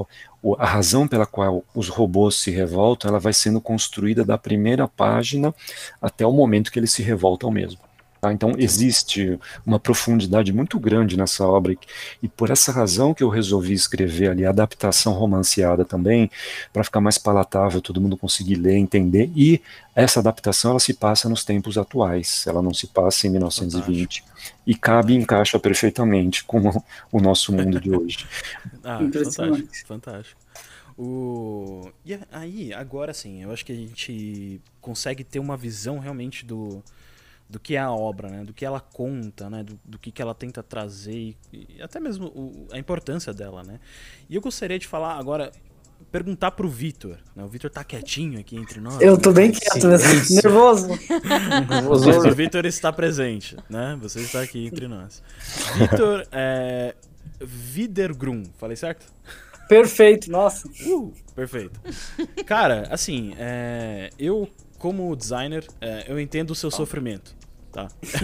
a razão pela qual os robôs se revoltam, ela vai sendo construída da primeira página até o momento que eles se revoltam mesmo. Tá? Então existe uma profundidade muito grande nessa obra e por essa razão que eu resolvi escrever ali a adaptação romanceada também, para ficar mais palatável, todo mundo conseguir ler, entender, e essa adaptação ela se passa nos tempos atuais, ela não se passa em 1920 e cabe e encaixa perfeitamente com o nosso mundo de hoje. Fantástico. E aí, agora sim, eu acho que a gente consegue ter uma visão realmente do que é a obra, né? Do que ela conta, né? Do que ela tenta trazer e até mesmo a importância dela, né? E eu gostaria de falar agora, perguntar pro Vitor, né? O Vitor tá quietinho aqui entre nós. Eu tô bem quieto, nervoso. Mas o Vitor está presente, né? Você está aqui entre nós. Vitor Widergrum, falei certo? Perfeito, nossa. Perfeito. Cara, assim, eu como designer, eu entendo o seu sofrimento, tá?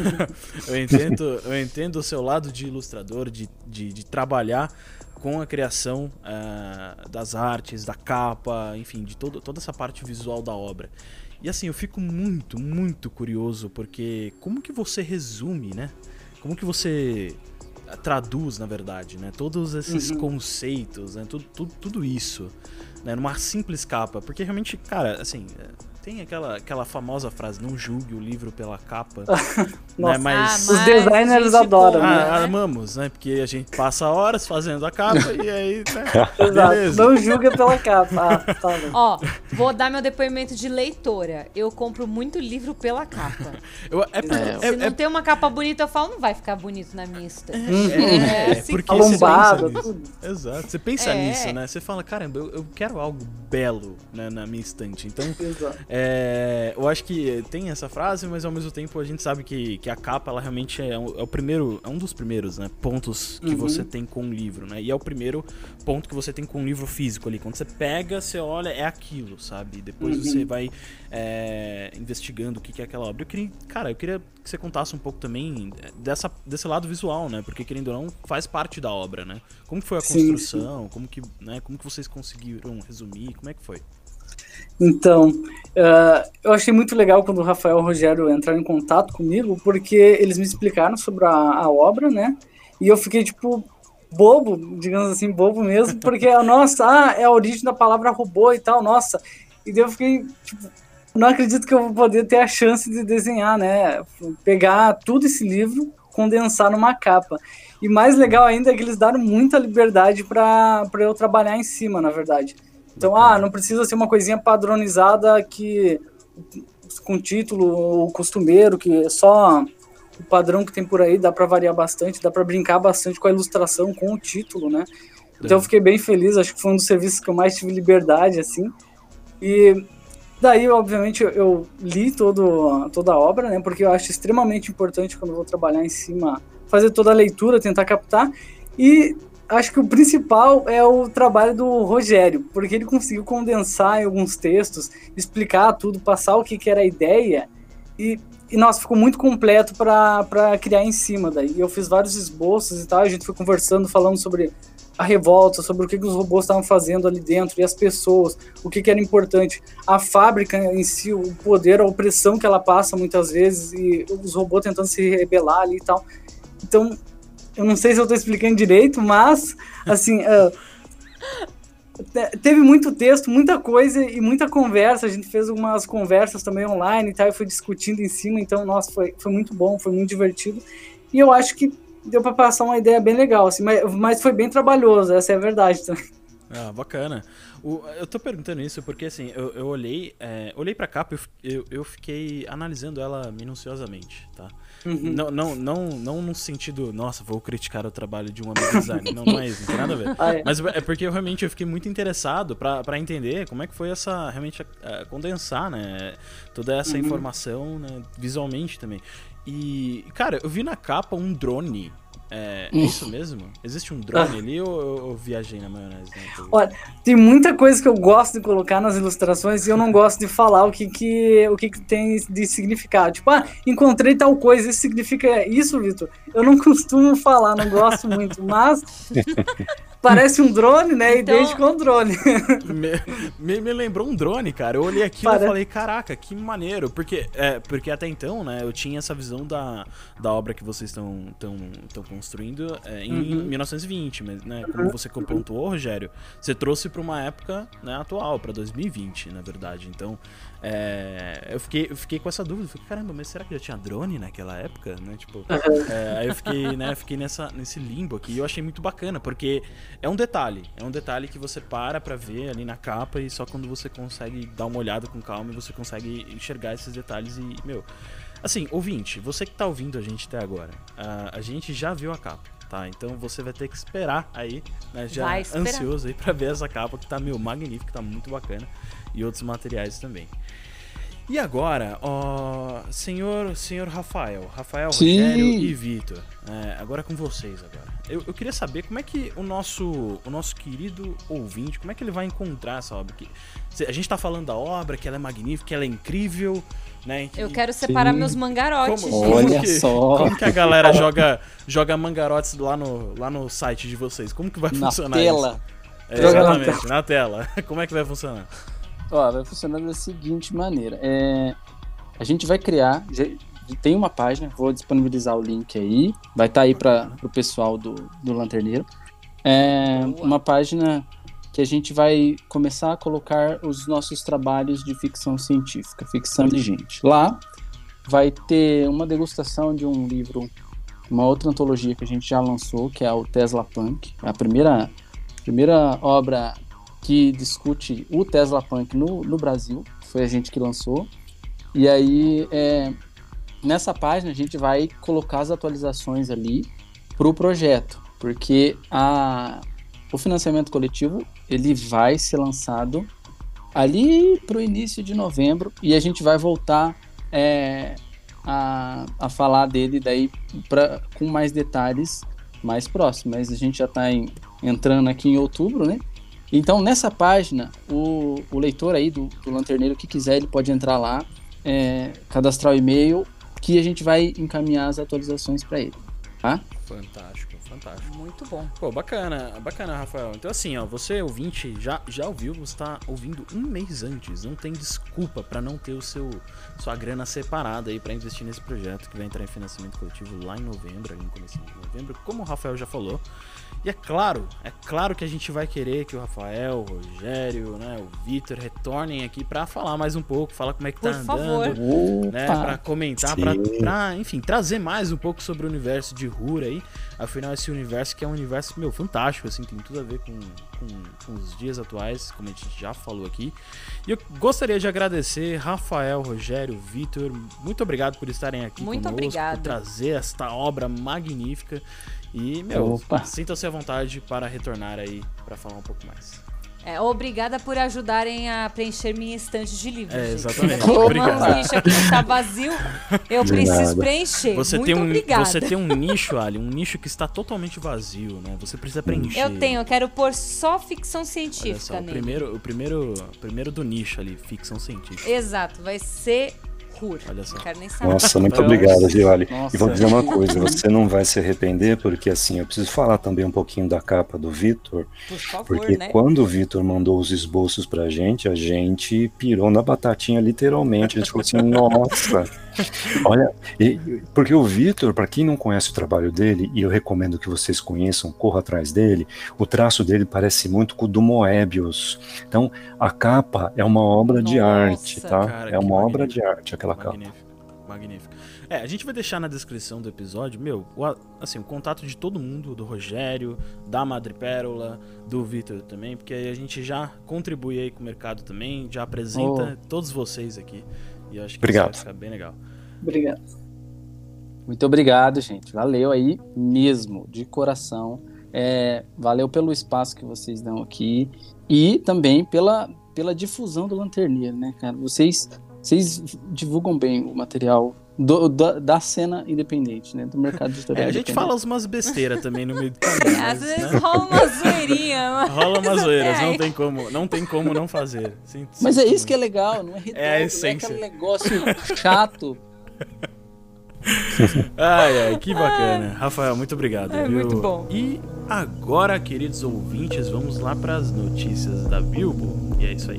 eu entendo o seu lado de ilustrador, de trabalhar com a criação das artes, da capa, enfim, de toda essa parte visual da obra. E assim, eu fico muito, muito curioso, porque como que você resume, né? Como que você traduz, na verdade, né? Todos esses conceitos, né? Tudo isso, né? Numa simples capa. Porque realmente, cara, assim, tem aquela famosa frase, não julgue o livro pela capa. Né? Mas os designers adoram, né? Amamos, né? Porque a gente passa horas fazendo a capa e aí, né? Exato. Beleza. Não julga pela capa. Tá bom. Ó, vou dar meu depoimento de leitora. Eu compro muito livro pela capa. Se não tem uma capa bonita, eu falo, não vai ficar bonito na minha estante. Assim, porque alombado, tudo. Exato. Você pensa nisso, né? Você fala, caramba, eu quero algo belo, né, na minha estante. Então, eu acho que tem essa frase, mas ao mesmo tempo a gente sabe que a capa, ela realmente é um dos primeiros, né, pontos que você tem com um livro, né? E é o primeiro ponto que você tem com um livro físico ali. Quando você pega, você olha, é aquilo, sabe? Depois você vai investigando o que é aquela obra. Eu queria que você contasse um pouco também desse lado visual, né? Porque, querendo ou não, faz parte da obra, né? Como que foi a construção? Como que vocês conseguiram resumir? Como é que foi? Então, eu achei muito legal quando o Rafael e o Rogério entraram em contato comigo, porque eles me explicaram sobre a obra, né? E eu fiquei, tipo, bobo, digamos assim, bobo mesmo, porque, é a origem da palavra robô e tal, nossa. E daí eu fiquei, tipo, não acredito que eu vou poder ter a chance de desenhar, né? Pegar tudo esse livro, condensar numa capa. E mais legal ainda é que eles deram muita liberdade para eu trabalhar em cima, na verdade. Então, não precisa ser uma coisinha padronizada que com título costumeiro, que é só o padrão que tem por aí, dá para variar bastante, dá para brincar bastante com a ilustração, com o título, né? Então eu fiquei bem feliz, acho que foi um dos serviços que eu mais tive liberdade, assim. E daí, obviamente, eu li toda a obra, né? Porque eu acho extremamente importante quando eu vou trabalhar em cima, fazer toda a leitura, tentar captar. E acho que o principal é o trabalho do Rogério, porque ele conseguiu condensar em alguns textos, explicar tudo, passar o que era a ideia, e nossa, ficou muito completo para criar em cima daí. Eu fiz vários esboços e tal, a gente foi conversando, falando sobre a revolta, sobre o que os robôs estavam fazendo ali dentro, e as pessoas, o que era importante, a fábrica em si, o poder, a opressão que ela passa muitas vezes, e os robôs tentando se rebelar ali e tal. Então, eu não sei se eu estou explicando direito, mas, assim, teve muito texto, muita coisa e muita conversa. A gente fez algumas conversas também online e tal, e foi discutindo em cima. Então, nossa, foi muito bom, foi muito divertido. E eu acho que deu para passar uma ideia bem legal, assim, mas foi bem trabalhoso, essa é a verdade também. Bacana. Eu tô perguntando isso porque, assim, eu olhei pra capa e eu fiquei analisando ela minuciosamente, tá? Não no sentido, nossa, vou criticar o trabalho de um amigo designer, não é isso, não tem nada a ver. Mas é porque eu fiquei muito interessado pra entender como é que foi realmente condensar, né, toda essa informação, né, visualmente também. E, cara, eu vi na capa um drone É isso mesmo? Existe um drone ali ou eu viajei na maionese? Né? Olha, tem muita coisa que eu gosto de colocar nas ilustrações e eu não gosto de falar o que tem de significado. Tipo, encontrei tal coisa, isso significa isso, Vitor? Eu não costumo falar, não gosto muito, mas parece um drone, né? Então... Idêntico a um drone. Me lembrou um drone, cara. Eu olhei aquilo e falei, caraca, que maneiro. Porque até então, né, eu tinha essa visão da obra que vocês estão construindo em 1920, mas, né, como você pontuou, Rogério, você trouxe para uma época, né, atual, para 2020, na verdade. Então, eu fiquei com essa dúvida. Falei, caramba, mas será que já tinha drone naquela época? Né? Tipo, aí eu fiquei nesse limbo aqui e eu achei muito bacana, porque é um detalhe que você para ver ali na capa e só quando você consegue dar uma olhada com calma e você consegue enxergar esses detalhes e, meu... Assim, ouvinte, você que tá ouvindo a gente até agora, a gente já viu a capa, tá? Então você vai ter que esperar aí, né? Já ansioso aí pra ver essa capa que tá, meu, magnífica, tá muito bacana. E outros materiais também. E agora, senhor Rafael, Rogério e Vitor, agora com vocês agora. Eu queria saber como é que o nosso querido ouvinte, como é que ele vai encontrar essa obra aqui? A gente tá falando da obra, que ela é magnífica, que ela é incrível, né? Eu quero separar meus mangarotes, gente. Olha só. Como que a galera joga mangarotes lá no site de vocês? Como que vai funcionar tela. isso? Exatamente, na tela. Como é que vai funcionar? Vai funcionar da seguinte maneira. A gente vai criar... Tem uma página, vou disponibilizar o link aí. Vai estar aí para o pessoal do Lanterneiro. Uma página que a gente vai começar a colocar os nossos trabalhos de ficção científica, ficção inteligente. Lá vai ter uma degustação de um livro, uma outra antologia que a gente já lançou, que é o Tesla Punk. A primeira obra que discute o Tesla Punk no Brasil. Foi a gente que lançou. E aí... Nessa página a gente vai colocar as atualizações ali para o projeto, porque o financiamento coletivo ele vai ser lançado ali para o início de novembro e a gente vai voltar a falar dele daí com mais detalhes mais próximos, mas a gente já está entrando aqui em outubro, né? Então nessa página o leitor aí do Lanterneiro que quiser ele pode entrar lá, cadastrar o e-mail que a gente vai encaminhar as atualizações para ele, tá? Fantástico. Muito bom. Pô, bacana, Rafael. Então assim, você ouvinte, já ouviu, você tá ouvindo um mês antes, não tem desculpa para não ter sua grana separada aí para investir nesse projeto que vai entrar em financiamento coletivo lá em novembro, ali no começo de novembro, como o Rafael já falou. E é claro que a gente vai querer que o Rafael, o Rogério, né, o Vitor retornem aqui pra falar mais um pouco, falar como é que tá andando, né, pra comentar, pra, enfim, trazer mais um pouco sobre o universo de Rura aí. Afinal, esse universo que é um universo, meu, fantástico, assim, tem tudo a ver com os dias atuais, como a gente já falou aqui. E eu gostaria de agradecer Rafael, Rogério, Vitor, muito obrigado por estarem aqui conosco, por trazer esta obra magnífica. E, meu, sintam-se à vontade para retornar aí para falar um pouco mais. Obrigada por ajudarem a preencher minha estante de livros. Exatamente. Obrigado. Um lixo aqui que tá vazio, eu preciso preencher. Você tem um nicho, Ali, um nicho que está totalmente vazio, né? Você precisa preencher. Eu quero pôr só ficção científica nele. O primeiro do nicho ali, ficção científica. Exato, vai ser Olha só. Não quero nem saber. Nossa, muito obrigado, viu, Ali? E vou dizer uma coisa, você não vai se arrepender, porque assim, eu preciso falar também um pouquinho da capa do Vitor, por favor, porque né? Quando o Vitor mandou os esboços pra gente, a gente pirou na batatinha literalmente, a gente falou assim, nossa, olha, porque o Vitor, para quem não conhece o trabalho dele, e eu recomendo que vocês conheçam, corra atrás dele, o traço dele parece muito com o do Moebius, então a capa é uma obra de arte, tá? Cara, é uma obra de arte, aquela magnífico. A gente vai deixar na descrição do episódio, o contato de todo mundo, do Rogério, da Madrepérola, do Vitor também, porque aí a gente já contribui aí com o mercado também, já apresenta todos vocês aqui. E eu acho que isso vai ficar bem legal. Obrigado. Muito obrigado, gente. Valeu aí mesmo, de coração. Valeu pelo espaço que vocês dão aqui e também pela difusão do Lanterneiro, né, cara? Vocês divulgam bem o material da cena independente, né? Do mercado editorial. A gente fala umas besteiras também no meio do caminho. Às vezes rola uma zoeirinha. Rola umas zoeiras, não tem como não fazer. Mas é isso que é legal, não é redondo, é a essência. Não é aquele negócio chato. Ai, que bacana. Rafael, muito obrigado. Viu? Muito bom. E agora, queridos ouvintes, vamos lá para as notícias da Bilbo. E é isso aí.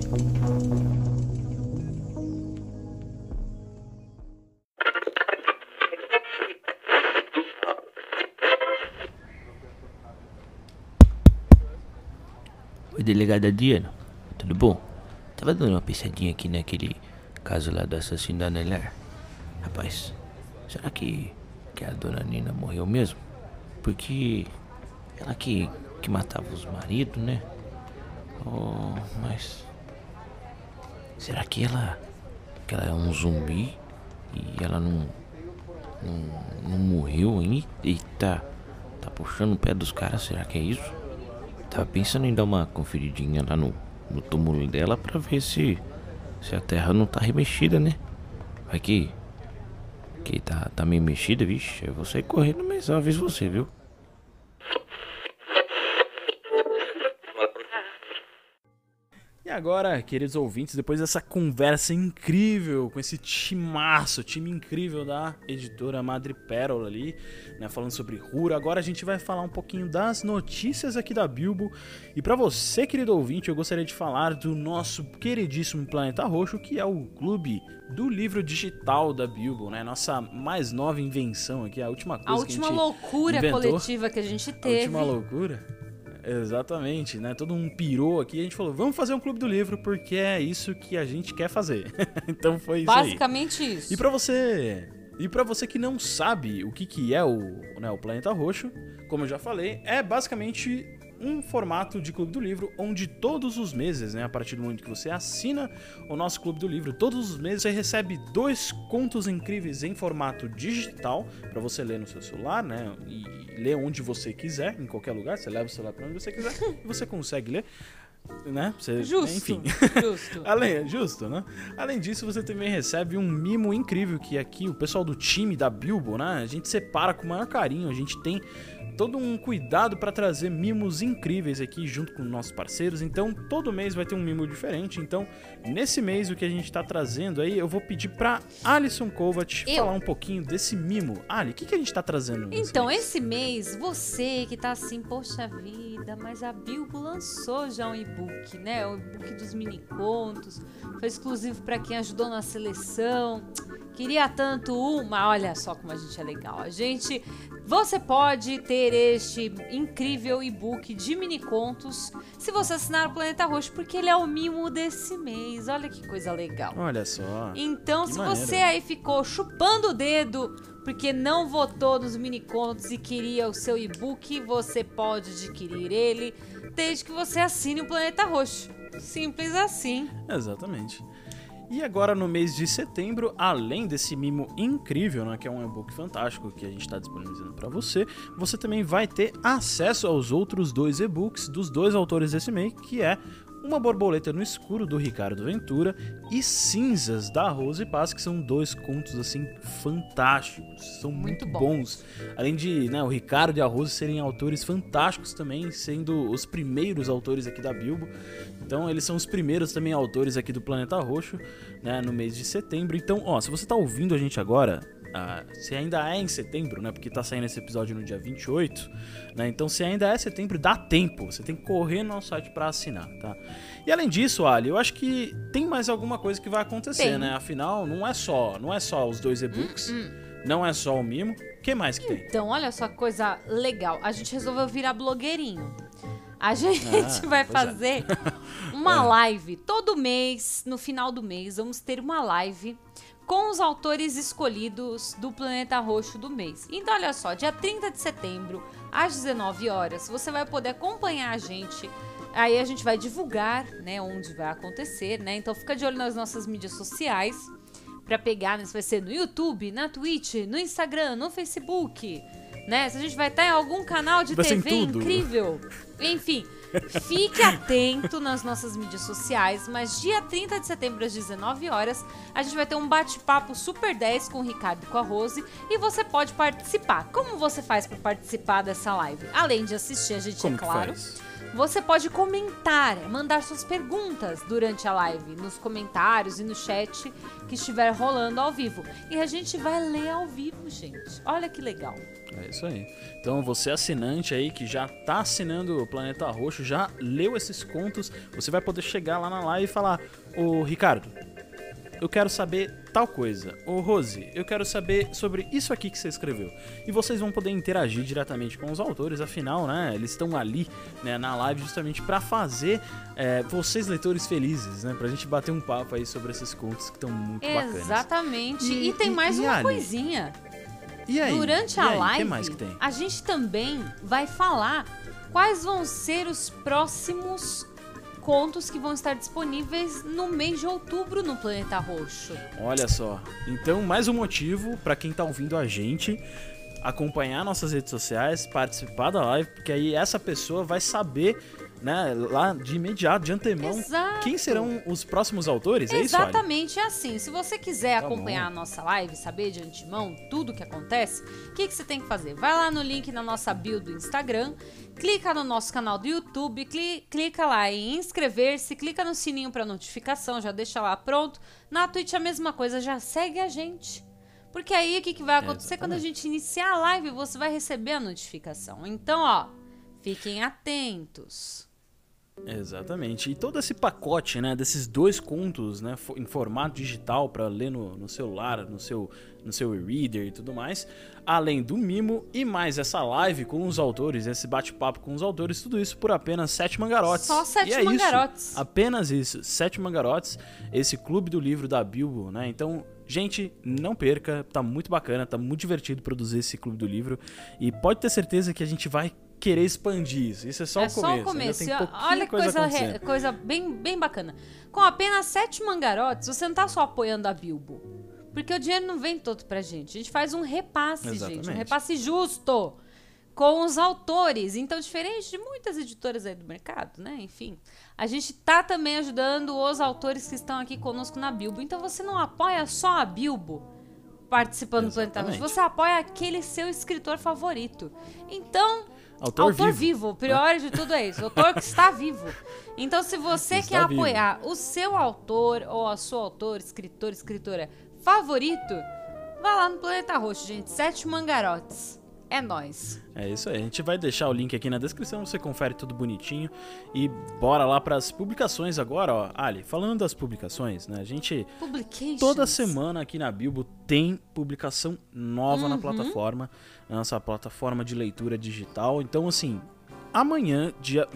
Oi, delegada Adriano, tudo bom? Tava dando uma pensadinha aqui naquele caso lá do assassino da Nelar. Rapaz, será que a dona Nina morreu mesmo? Porque ela que matava os maridos, né? Oh, mas será que ela é um zumbi e ela não morreu ainda e tá puxando o pé dos caras? Será que é isso? Tava pensando em dar uma conferidinha lá no túmulo dela pra ver se a terra não tá remexida, né? Vai que tá meio mexida, vixe. Eu vou sair correndo, mas eu aviso você, viu? E agora, queridos ouvintes, depois dessa conversa incrível com esse time incrível da editora Madrepérola ali, né, falando sobre Rura, agora a gente vai falar um pouquinho das notícias aqui da Bilbo. E pra você, querido ouvinte, eu gostaria de falar do nosso queridíssimo Planeta Roxo, que é o clube do livro digital da Bilbo, né? Nossa mais nova invenção aqui, a última coisa que a gente A última loucura inventou, coletiva que a gente teve. A última loucura. Exatamente, né? Todo mundo pirou aqui e a gente falou, vamos fazer um clube do livro porque é isso que a gente quer fazer. Então foi isso basicamente aí. Isso. E pra você que não sabe o que é o Planeta Roxo, como eu já falei, é basicamente um formato de clube do livro onde todos os meses, né, a partir do momento que você assina o nosso clube do livro, todos os meses você recebe 2 contos incríveis em formato digital para você ler no seu celular, né, e ler onde você quiser, em qualquer lugar, você leva o celular para onde você quiser e você consegue ler, né? Justo. Enfim. Justo. Justo, né? Além disso, você também recebe um mimo incrível que aqui o pessoal do time da Bilbo, né, a gente separa com o maior carinho, a gente tem todo um cuidado para trazer mimos incríveis aqui junto com nossos parceiros. Então todo mês vai ter um mimo diferente. Então nesse mês o que a gente tá trazendo aí, eu vou pedir pra Alison Kovat falar um pouquinho desse mimo. Ali, o que a gente tá trazendo nesse Então mês? esse mês, você que tá assim, poxa vida, mas a Bilbo lançou já um e-book, né? O e-book dos mini contos, foi exclusivo para quem ajudou na seleção. Queria tanto olha só como a gente é legal. Você pode ter este incrível e-book de mini contos se você assinar o Planeta Roxo, porque ele é o mimo desse mês. Olha que coisa legal. Olha só. Então, se você aí ficou chupando o dedo porque não votou nos mini contos e queria o seu e-book, você pode adquirir ele desde que você assine o Planeta Roxo. Simples assim. Exatamente. E agora no mês de setembro, além desse mimo incrível, né, que é um e-book fantástico que a gente está disponibilizando para você, você também vai ter acesso aos outros 2 e-books dos 2 autores desse mês, que é Uma Borboleta no Escuro, do Ricardo Ventura, e Cinzas, da Rose Paz, que são 2 contos, assim, fantásticos, são muito bons. Além de, né, o Ricardo e a Rose serem autores fantásticos também, sendo os primeiros autores aqui da Bilbo. Então, eles são os primeiros também autores aqui do Planeta Roxo, né, no mês de setembro. Então, ó, se você tá ouvindo a gente agora, se ainda é em setembro, né, porque tá saindo esse episódio no dia 28, né, então se ainda é setembro, dá tempo, você tem que correr no nosso site pra assinar, tá? E além disso, Ali, eu acho que tem mais alguma coisa que vai acontecer, né, afinal, não é só os 2 e-books, não é só o mimo, o que mais que tem? Então, olha só que coisa legal, a gente resolveu virar blogueirinho. A gente vai fazer uma live todo mês, no final do mês, vamos ter uma live com os autores escolhidos do Planeta Roxo do mês. Então, olha só, dia 30 de setembro, às 19 horas, você vai poder acompanhar a gente. Aí a gente vai divulgar, né, onde vai acontecer, né? Então, fica de olho nas nossas mídias sociais pra pegar, né? Se vai ser no YouTube, na Twitch, no Instagram, no Facebook, né? Se a gente vai estar em algum canal de TV incrível. Enfim, Fique atento nas nossas mídias sociais, mas dia 30 de setembro às 19 horas, a gente vai ter um bate-papo Super 10 com o Ricardo e com a Rose e você pode participar. Como você faz para participar dessa live? Além de assistir a gente, Como é claro. que faz? Você pode comentar, mandar suas perguntas durante a live, nos comentários e no chat que estiver rolando ao vivo. E a gente vai ler ao vivo, gente. Olha que legal. É isso aí. Então você assinante aí que já tá assinando o Planeta Roxo, já leu esses contos, você vai poder chegar lá na live e falar: ô Ricardo, eu quero saber tal coisa. Ô Rose, eu quero saber sobre isso aqui que você escreveu. E vocês vão poder interagir diretamente com os autores, afinal, né, eles estão ali, né, na live justamente pra fazer vocês leitores felizes, né, pra gente bater um papo aí sobre esses contos que estão muito bacanas. Exatamente. E tem mais uma coisinha. E aí? Durante a live, que mais que tem? a gente também vai falar quais vão ser os próximos contos que vão estar disponíveis no mês de outubro no Planeta Roxo. Olha só, então mais um motivo pra quem tá ouvindo a gente acompanhar nossas redes sociais, participar da live, porque aí essa pessoa vai saber, né, lá de imediato, de antemão, Exato. quem serão os próximos autores, é isso, Ali? Exatamente, é assim. Se você quiser Tá acompanhar bom. a nossa live, saber de antemão tudo que acontece, o que você tem que fazer? Vai lá no link na nossa bio do Instagram, clica no nosso canal do YouTube, clica lá em inscrever-se, clica no sininho para notificação, já deixa lá pronto. Na Twitch a mesma coisa, já segue a gente. Porque aí o que vai acontecer quando a gente iniciar a live, você vai receber a notificação. Então, ó, fiquem atentos. Exatamente. E todo esse pacote, né, desses 2 contos, né, em formato digital para ler no celular, no seu e-reader e tudo mais, além do mimo e mais essa live com os autores, esse bate-papo com os autores, tudo isso por apenas 7 mangarotes. Só 7 e é mangarotes. Isso, apenas isso, 7 mangarotes, esse clube do livro da Bilbo, né? Então, gente, não perca, tá muito bacana, tá muito divertido produzir esse clube do livro e pode ter certeza que a gente vai querer expandir isso. Isso é só o começo. Só o começo. Ainda tem Olha que coisa coisa bem bacana. Com apenas 7 mangarotes, você não tá só apoiando a Bilbo. Porque o dinheiro não vem todo pra gente. A gente faz um repasse, Exatamente. gente. Um repasse justo com os autores. Então, diferente de muitas editoras aí do mercado, né? Enfim, a gente tá também ajudando os autores que estão aqui conosco na Bilbo. Então, você não apoia só a Bilbo participando do Planeta Roxo. Você apoia aquele seu escritor favorito. Então, autor vivo. O pior de tudo é isso. Autor que está vivo. Então, se você quer apoiar o seu autor ou a sua autora, escritor, escritora favorito, vá lá no Planeta Roxo, gente. 7 mangarotes. É nóis. É isso aí, a gente vai deixar o link aqui na descrição, você confere tudo bonitinho e bora lá para as publicações agora, ó. Ali, falando das publicações, né, a gente toda semana aqui na Bilbo tem publicação nova na plataforma, nossa plataforma de leitura digital. Então, assim, amanhã, dia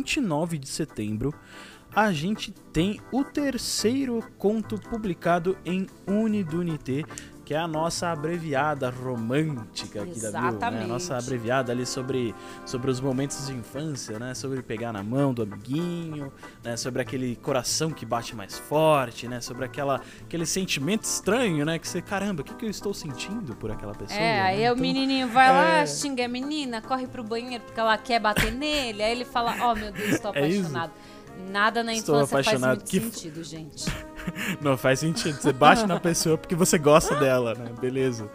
29 de setembro, a gente tem o 3º conto publicado em Unidunité, que é a nossa abreviada romântica aqui da Bilbo, né? A nossa abreviada ali sobre os momentos de infância, né? Sobre pegar na mão do amiguinho, né? Sobre aquele coração que bate mais forte, né? Sobre aquele sentimento estranho, né? Que você, caramba, o que eu estou sentindo por aquela pessoa? Aí né? o menininho vai lá, xinga a menina, corre pro banheiro porque ela quer bater nele, aí ele fala, oh meu Deus, estou apaixonado. Nada na infância faz muito sentido, gente. Não faz sentido. Você bate na pessoa porque você gosta dela, né? Beleza.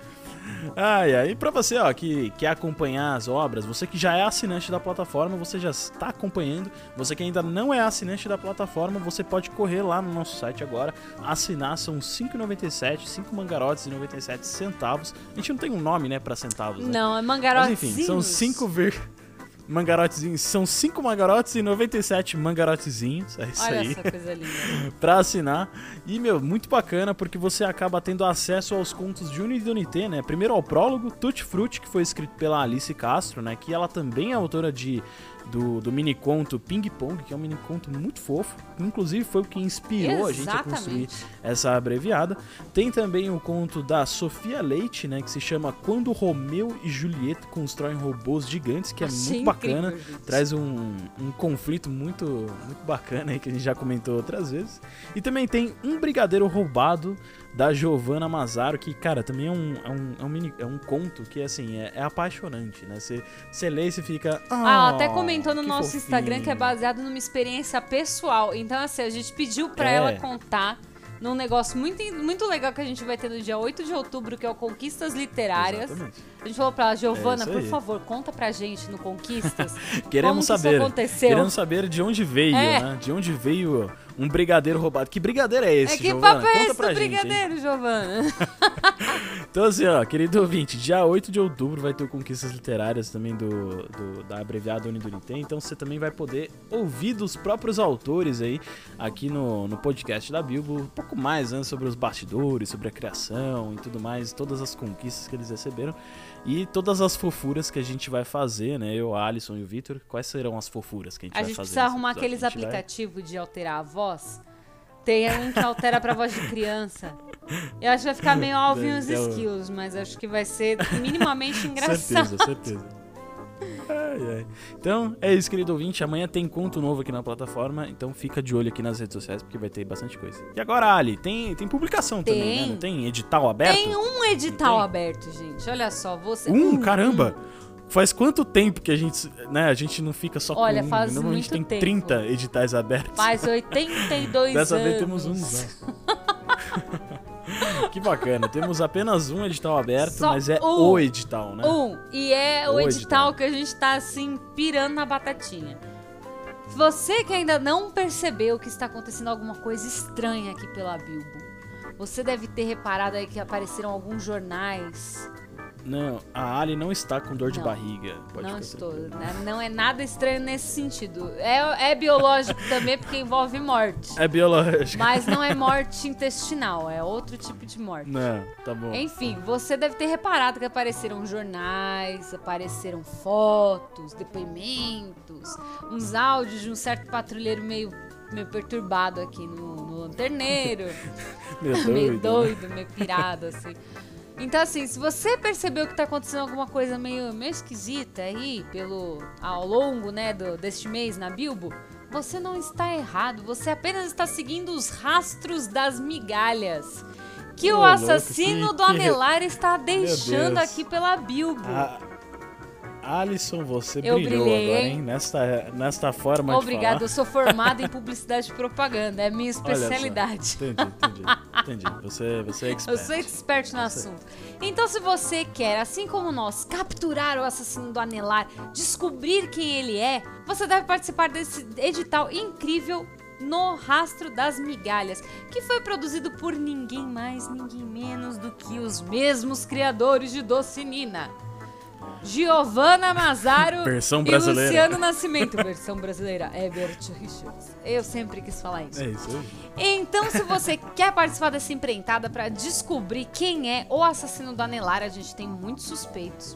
E pra você, ó, que quer acompanhar as obras, você que já é assinante da plataforma, você já está acompanhando. Você que ainda não é assinante da plataforma, você pode correr lá no nosso site agora, assinar, são R$ 5,97, 5 mangarotes e 97 centavos. A gente não tem um nome, né, pra centavos, né? Não, é mangarotes. Mas enfim, são 5 mangarotezinhos, são 5 mangarotes e 97 mangarotezinhos, é isso. Olha aí. Essa coisa linda. Pra assinar. E, meu, muito bacana, porque você acaba tendo acesso aos contos de Unidunité, né? Primeiro ao prólogo, Tutti Frutti, que foi escrito pela Alice Castro, né? Que ela também é autora do mini-conto Ping Pong, que é um mini-conto muito fofo, inclusive foi o que inspirou a gente a construir essa abreviada. Tem também o conto da Sofia Leite, né, que se chama Quando Romeu e Julieta Constroem Robôs Gigantes, que é muito bacana, traz um conflito muito bacana aí, que a gente já comentou outras vezes. E também tem Um Brigadeiro Roubado, da Giovanna Mazaro, que, cara, também é um conto que, assim, é apaixonante, né? Você lê e você fica... até comentou no nosso fofinho. Instagram que é baseado numa experiência pessoal. Então, assim, a gente pediu pra ela contar num negócio muito legal que a gente vai ter no dia 8 de outubro, que é o Conquistas Literárias. Exatamente. A gente falou pra ela, Giovana, por favor, conta pra gente no Conquistas Queremos como saber, que isso aconteceu. Queremos saber de onde veio, né? De onde veio um brigadeiro roubado. Que brigadeiro é esse, que Giovana? papo é Conta esse pra do gente, brigadeiro, hein? Giovana? Então, assim, ó, querido ouvinte, dia 8 de outubro vai ter o Conquistas Literárias também da abreviada Unidunité. Então você também vai poder ouvir dos próprios autores aí, aqui no podcast da Bilbo, um pouco mais, né, sobre os bastidores, sobre a criação e tudo mais, todas as conquistas que eles receberam e todas as fofuras que a gente vai fazer, né, eu, a Alisson e o Vitor. Quais serão as fofuras que a gente vai fazer? A gente precisa arrumar aqueles aplicativos de alterar a voz. Tem um que altera pra voz de criança. Eu acho que vai ficar meio Alvin os Skills, mas acho que vai ser minimamente engraçado. Certeza. Ai. Então, é isso, querido ouvinte. Amanhã tem conto novo aqui na plataforma, então fica de olho aqui nas redes sociais, porque vai ter bastante coisa. E agora, Ali, tem publicação também, né? Não tem edital aberto? Tem um edital aberto, gente. Olha só, você... Caramba! Faz quanto tempo que a gente não fica só com um? Faz Normalmente muito tem tempo. 30 editais abertos. Faz 82 Dessa anos. vez temos Que bacana, temos apenas um edital aberto, mas é o edital, né? E é o edital que a gente tá assim, pirando na batatinha. Você que ainda não percebeu que está acontecendo alguma coisa estranha aqui pela Bilbo, você deve ter reparado aí que apareceram alguns jornais. Não, a Ali não está com dor de barriga. Não estou, né? Não é nada estranho nesse sentido. É biológico também, porque envolve morte. É biológico. Mas não é morte intestinal, é outro tipo de morte. Não, tá bom. Enfim, você deve ter reparado que apareceram jornais, apareceram fotos, depoimentos, uns áudios de um certo patrulheiro meio perturbado aqui no lanterneiro. Meio doido, meio pirado, assim. Então, assim, se você percebeu que tá acontecendo alguma coisa meio esquisita aí ao longo, né, deste mês na Bilbo, você não está errado. Você apenas está seguindo os rastros das migalhas que o assassino do Anelar está deixando aqui pela Bilbo. Alisson, você brilhou agora, hein? Nesta forma Obrigada, de falar. Eu sou formada em publicidade e propaganda, é a minha especialidade. Entendi. Você é expert. Eu sou expert no assunto. Então, se você quer, assim como nós, capturar o assassino do Anelar, descobrir quem ele é, você deve participar desse edital incrível No Rastro das Migalhas, que foi produzido por ninguém mais, ninguém menos do que os mesmos criadores de Docinina. Giovanna Mazaro versão e brasileira. Luciano Nascimento, versão brasileira, Herbert Richards. Eu sempre quis falar isso. É isso aí. Então, se você quer participar dessa empreitada para descobrir quem é o assassino do Anelar, a gente tem muitos suspeitos.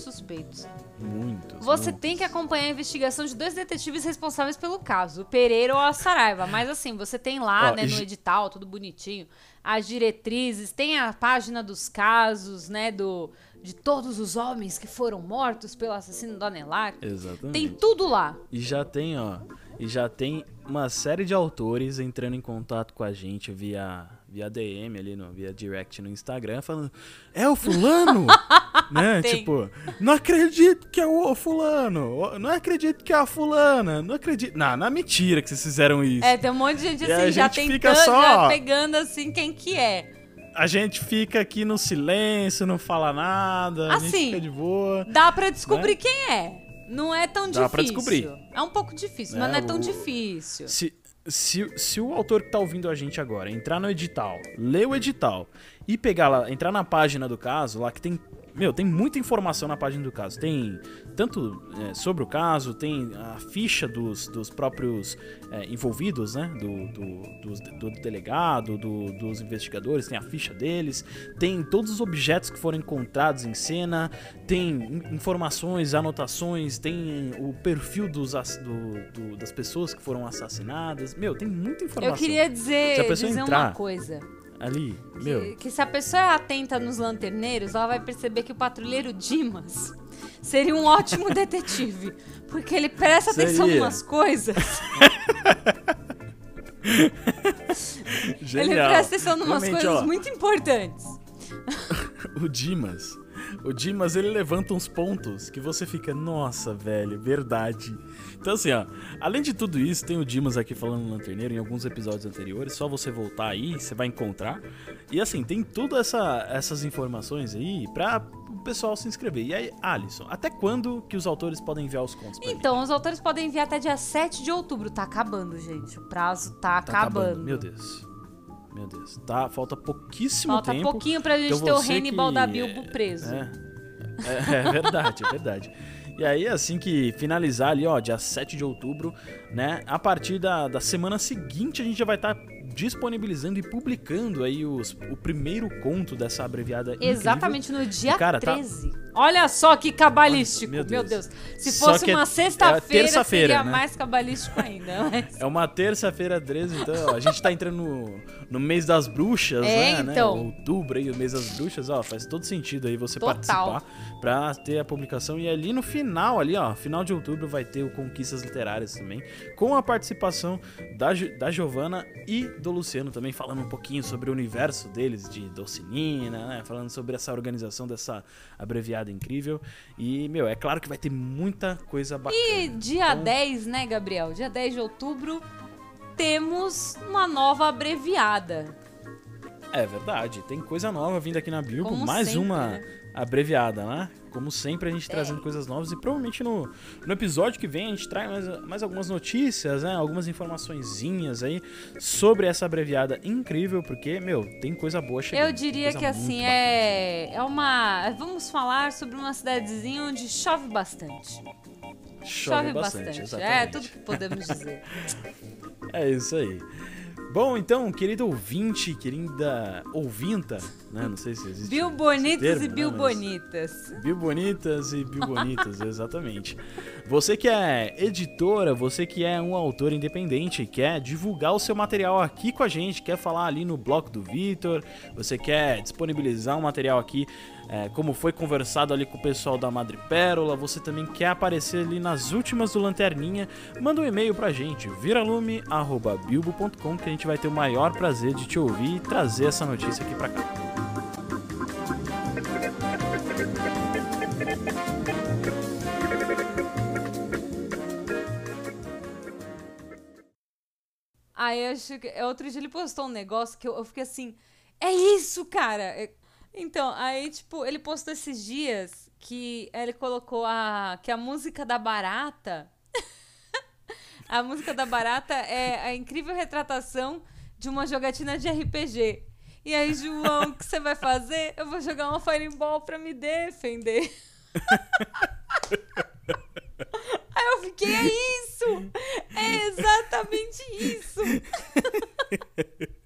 Você tem que acompanhar a investigação de 2 detetives responsáveis pelo caso, o Pereira ou a Saraiva. Mas assim, você tem lá, né, no edital, tudo bonitinho, as diretrizes, tem a página dos casos, né, de todos os homens que foram mortos pelo assassino do Anelar. Exatamente. Tem tudo lá. E já tem uma série de autores entrando em contato com a gente via DM ali, via direct no Instagram, falando, é o fulano? Né? Tipo, não acredito que é o fulano, não acredito que é a fulana, não acredito. Não é mentira que vocês fizeram isso. Tem um monte de gente assim, já pegando assim quem que é. A gente fica aqui no silêncio, não fala nada, a gente fica de boa. Dá pra descobrir quem é. Não é tão difícil. Dá pra descobrir. É um pouco difícil, mas não é tão difícil. Se o autor que tá ouvindo a gente agora entrar no edital, ler o edital e pegar lá, entrar na página do caso, lá que tem muita informação na página do caso. Tem tanto sobre o caso, tem a ficha dos próprios envolvidos, né? Do delegado, dos investigadores, tem a ficha deles, tem todos os objetos que foram encontrados em cena, tem informações, anotações, tem o perfil das pessoas que foram assassinadas. Tem muita informação. Eu queria dizer uma coisa. Ali, que se a pessoa é atenta nos lanterneiros, ela vai perceber que o patrulheiro Dimas seria um ótimo detetive, porque ele presta atenção em umas coisas. Genial. Ele presta atenção em umas Realmente, coisas ó, muito importantes. O Dimas, ele levanta uns pontos que você fica, nossa, velho, verdade. Então assim, ó, além de tudo isso, tem o Dimas aqui falando no Lanterneiro em alguns episódios anteriores, só você voltar aí, você vai encontrar. E assim, tem todas essas informações aí pra o pessoal se inscrever. E aí, Alisson, até quando que os autores podem enviar os contos pra mim? Então, os autores podem enviar até dia 7 de outubro. Tá acabando, gente. O prazo tá acabando. Meu Deus. Tá, falta pouquíssimo tempo. Falta pouquinho pra gente ter o Hannibal da Bilbo preso. É verdade, é verdade. E aí, assim que finalizar ali, ó, dia 7 de outubro, né? A partir da semana seguinte, a gente já vai estar disponibilizando e publicando aí o primeiro conto dessa abreviada Exatamente incrível. No dia Cara, 13. Olha só que cabalístico. Meu Deus. Se fosse uma sexta-feira, seria, né? Mais cabalístico ainda. Mas... É uma terça-feira 13, então ó, a gente tá entrando no mês das bruxas, né? Então. Outubro aí, o mês das bruxas, ó, faz todo sentido aí você participar pra ter a publicação. E ali no final, final de outubro, vai ter o Conquistas Literárias também, com a participação da Giovana e do Luciano também, falando um pouquinho sobre o universo deles, de Dulcinea, né? Falando sobre essa organização dessa abreviada incrível. E, é claro que vai ter muita coisa bacana. E dia 10, né, Gabriel? Dia 10 de outubro, temos uma nova abreviada. É verdade, tem coisa nova vindo aqui na Bilbo, Como mais sempre, uma né? abreviada, né? Como sempre, a gente trazendo coisas novas e provavelmente no episódio que vem a gente traz mais algumas notícias, né? Algumas informaçõezinhas aí sobre essa abreviada incrível, porque, tem coisa boa chegando. Eu diria que assim, vamos falar sobre uma cidadezinha onde chove bastante. Chove bastante. Exatamente. É tudo que podemos dizer. É isso aí. Bom, então, querido ouvinte, querida ouvinta, né? Não sei se existe. Bilbonitas e Bilbonitas. Bilbonitas e Bilbonitas, exatamente. Você que é editora, você que é um autor independente, quer divulgar o seu material aqui com a gente, quer falar ali no blog do Vitor, você quer disponibilizar um material aqui, como foi conversado ali com o pessoal da Madrepérola, você também quer aparecer ali nas últimas do Lanterninha, manda um e-mail pra gente, viralume@bilbo.com, que a gente vai ter o maior prazer de te ouvir e trazer essa notícia aqui pra cá. Aí acho que outro dia ele postou um negócio que eu fiquei assim, é isso, cara! Então, aí, tipo, ele postou esses dias que ele colocou que a música da barata... A música da barata é a incrível retratação de uma jogatina de RPG. E aí, João, o que você vai fazer? Eu vou jogar uma Fireball pra me defender. Aí eu fiquei, é isso! É exatamente isso!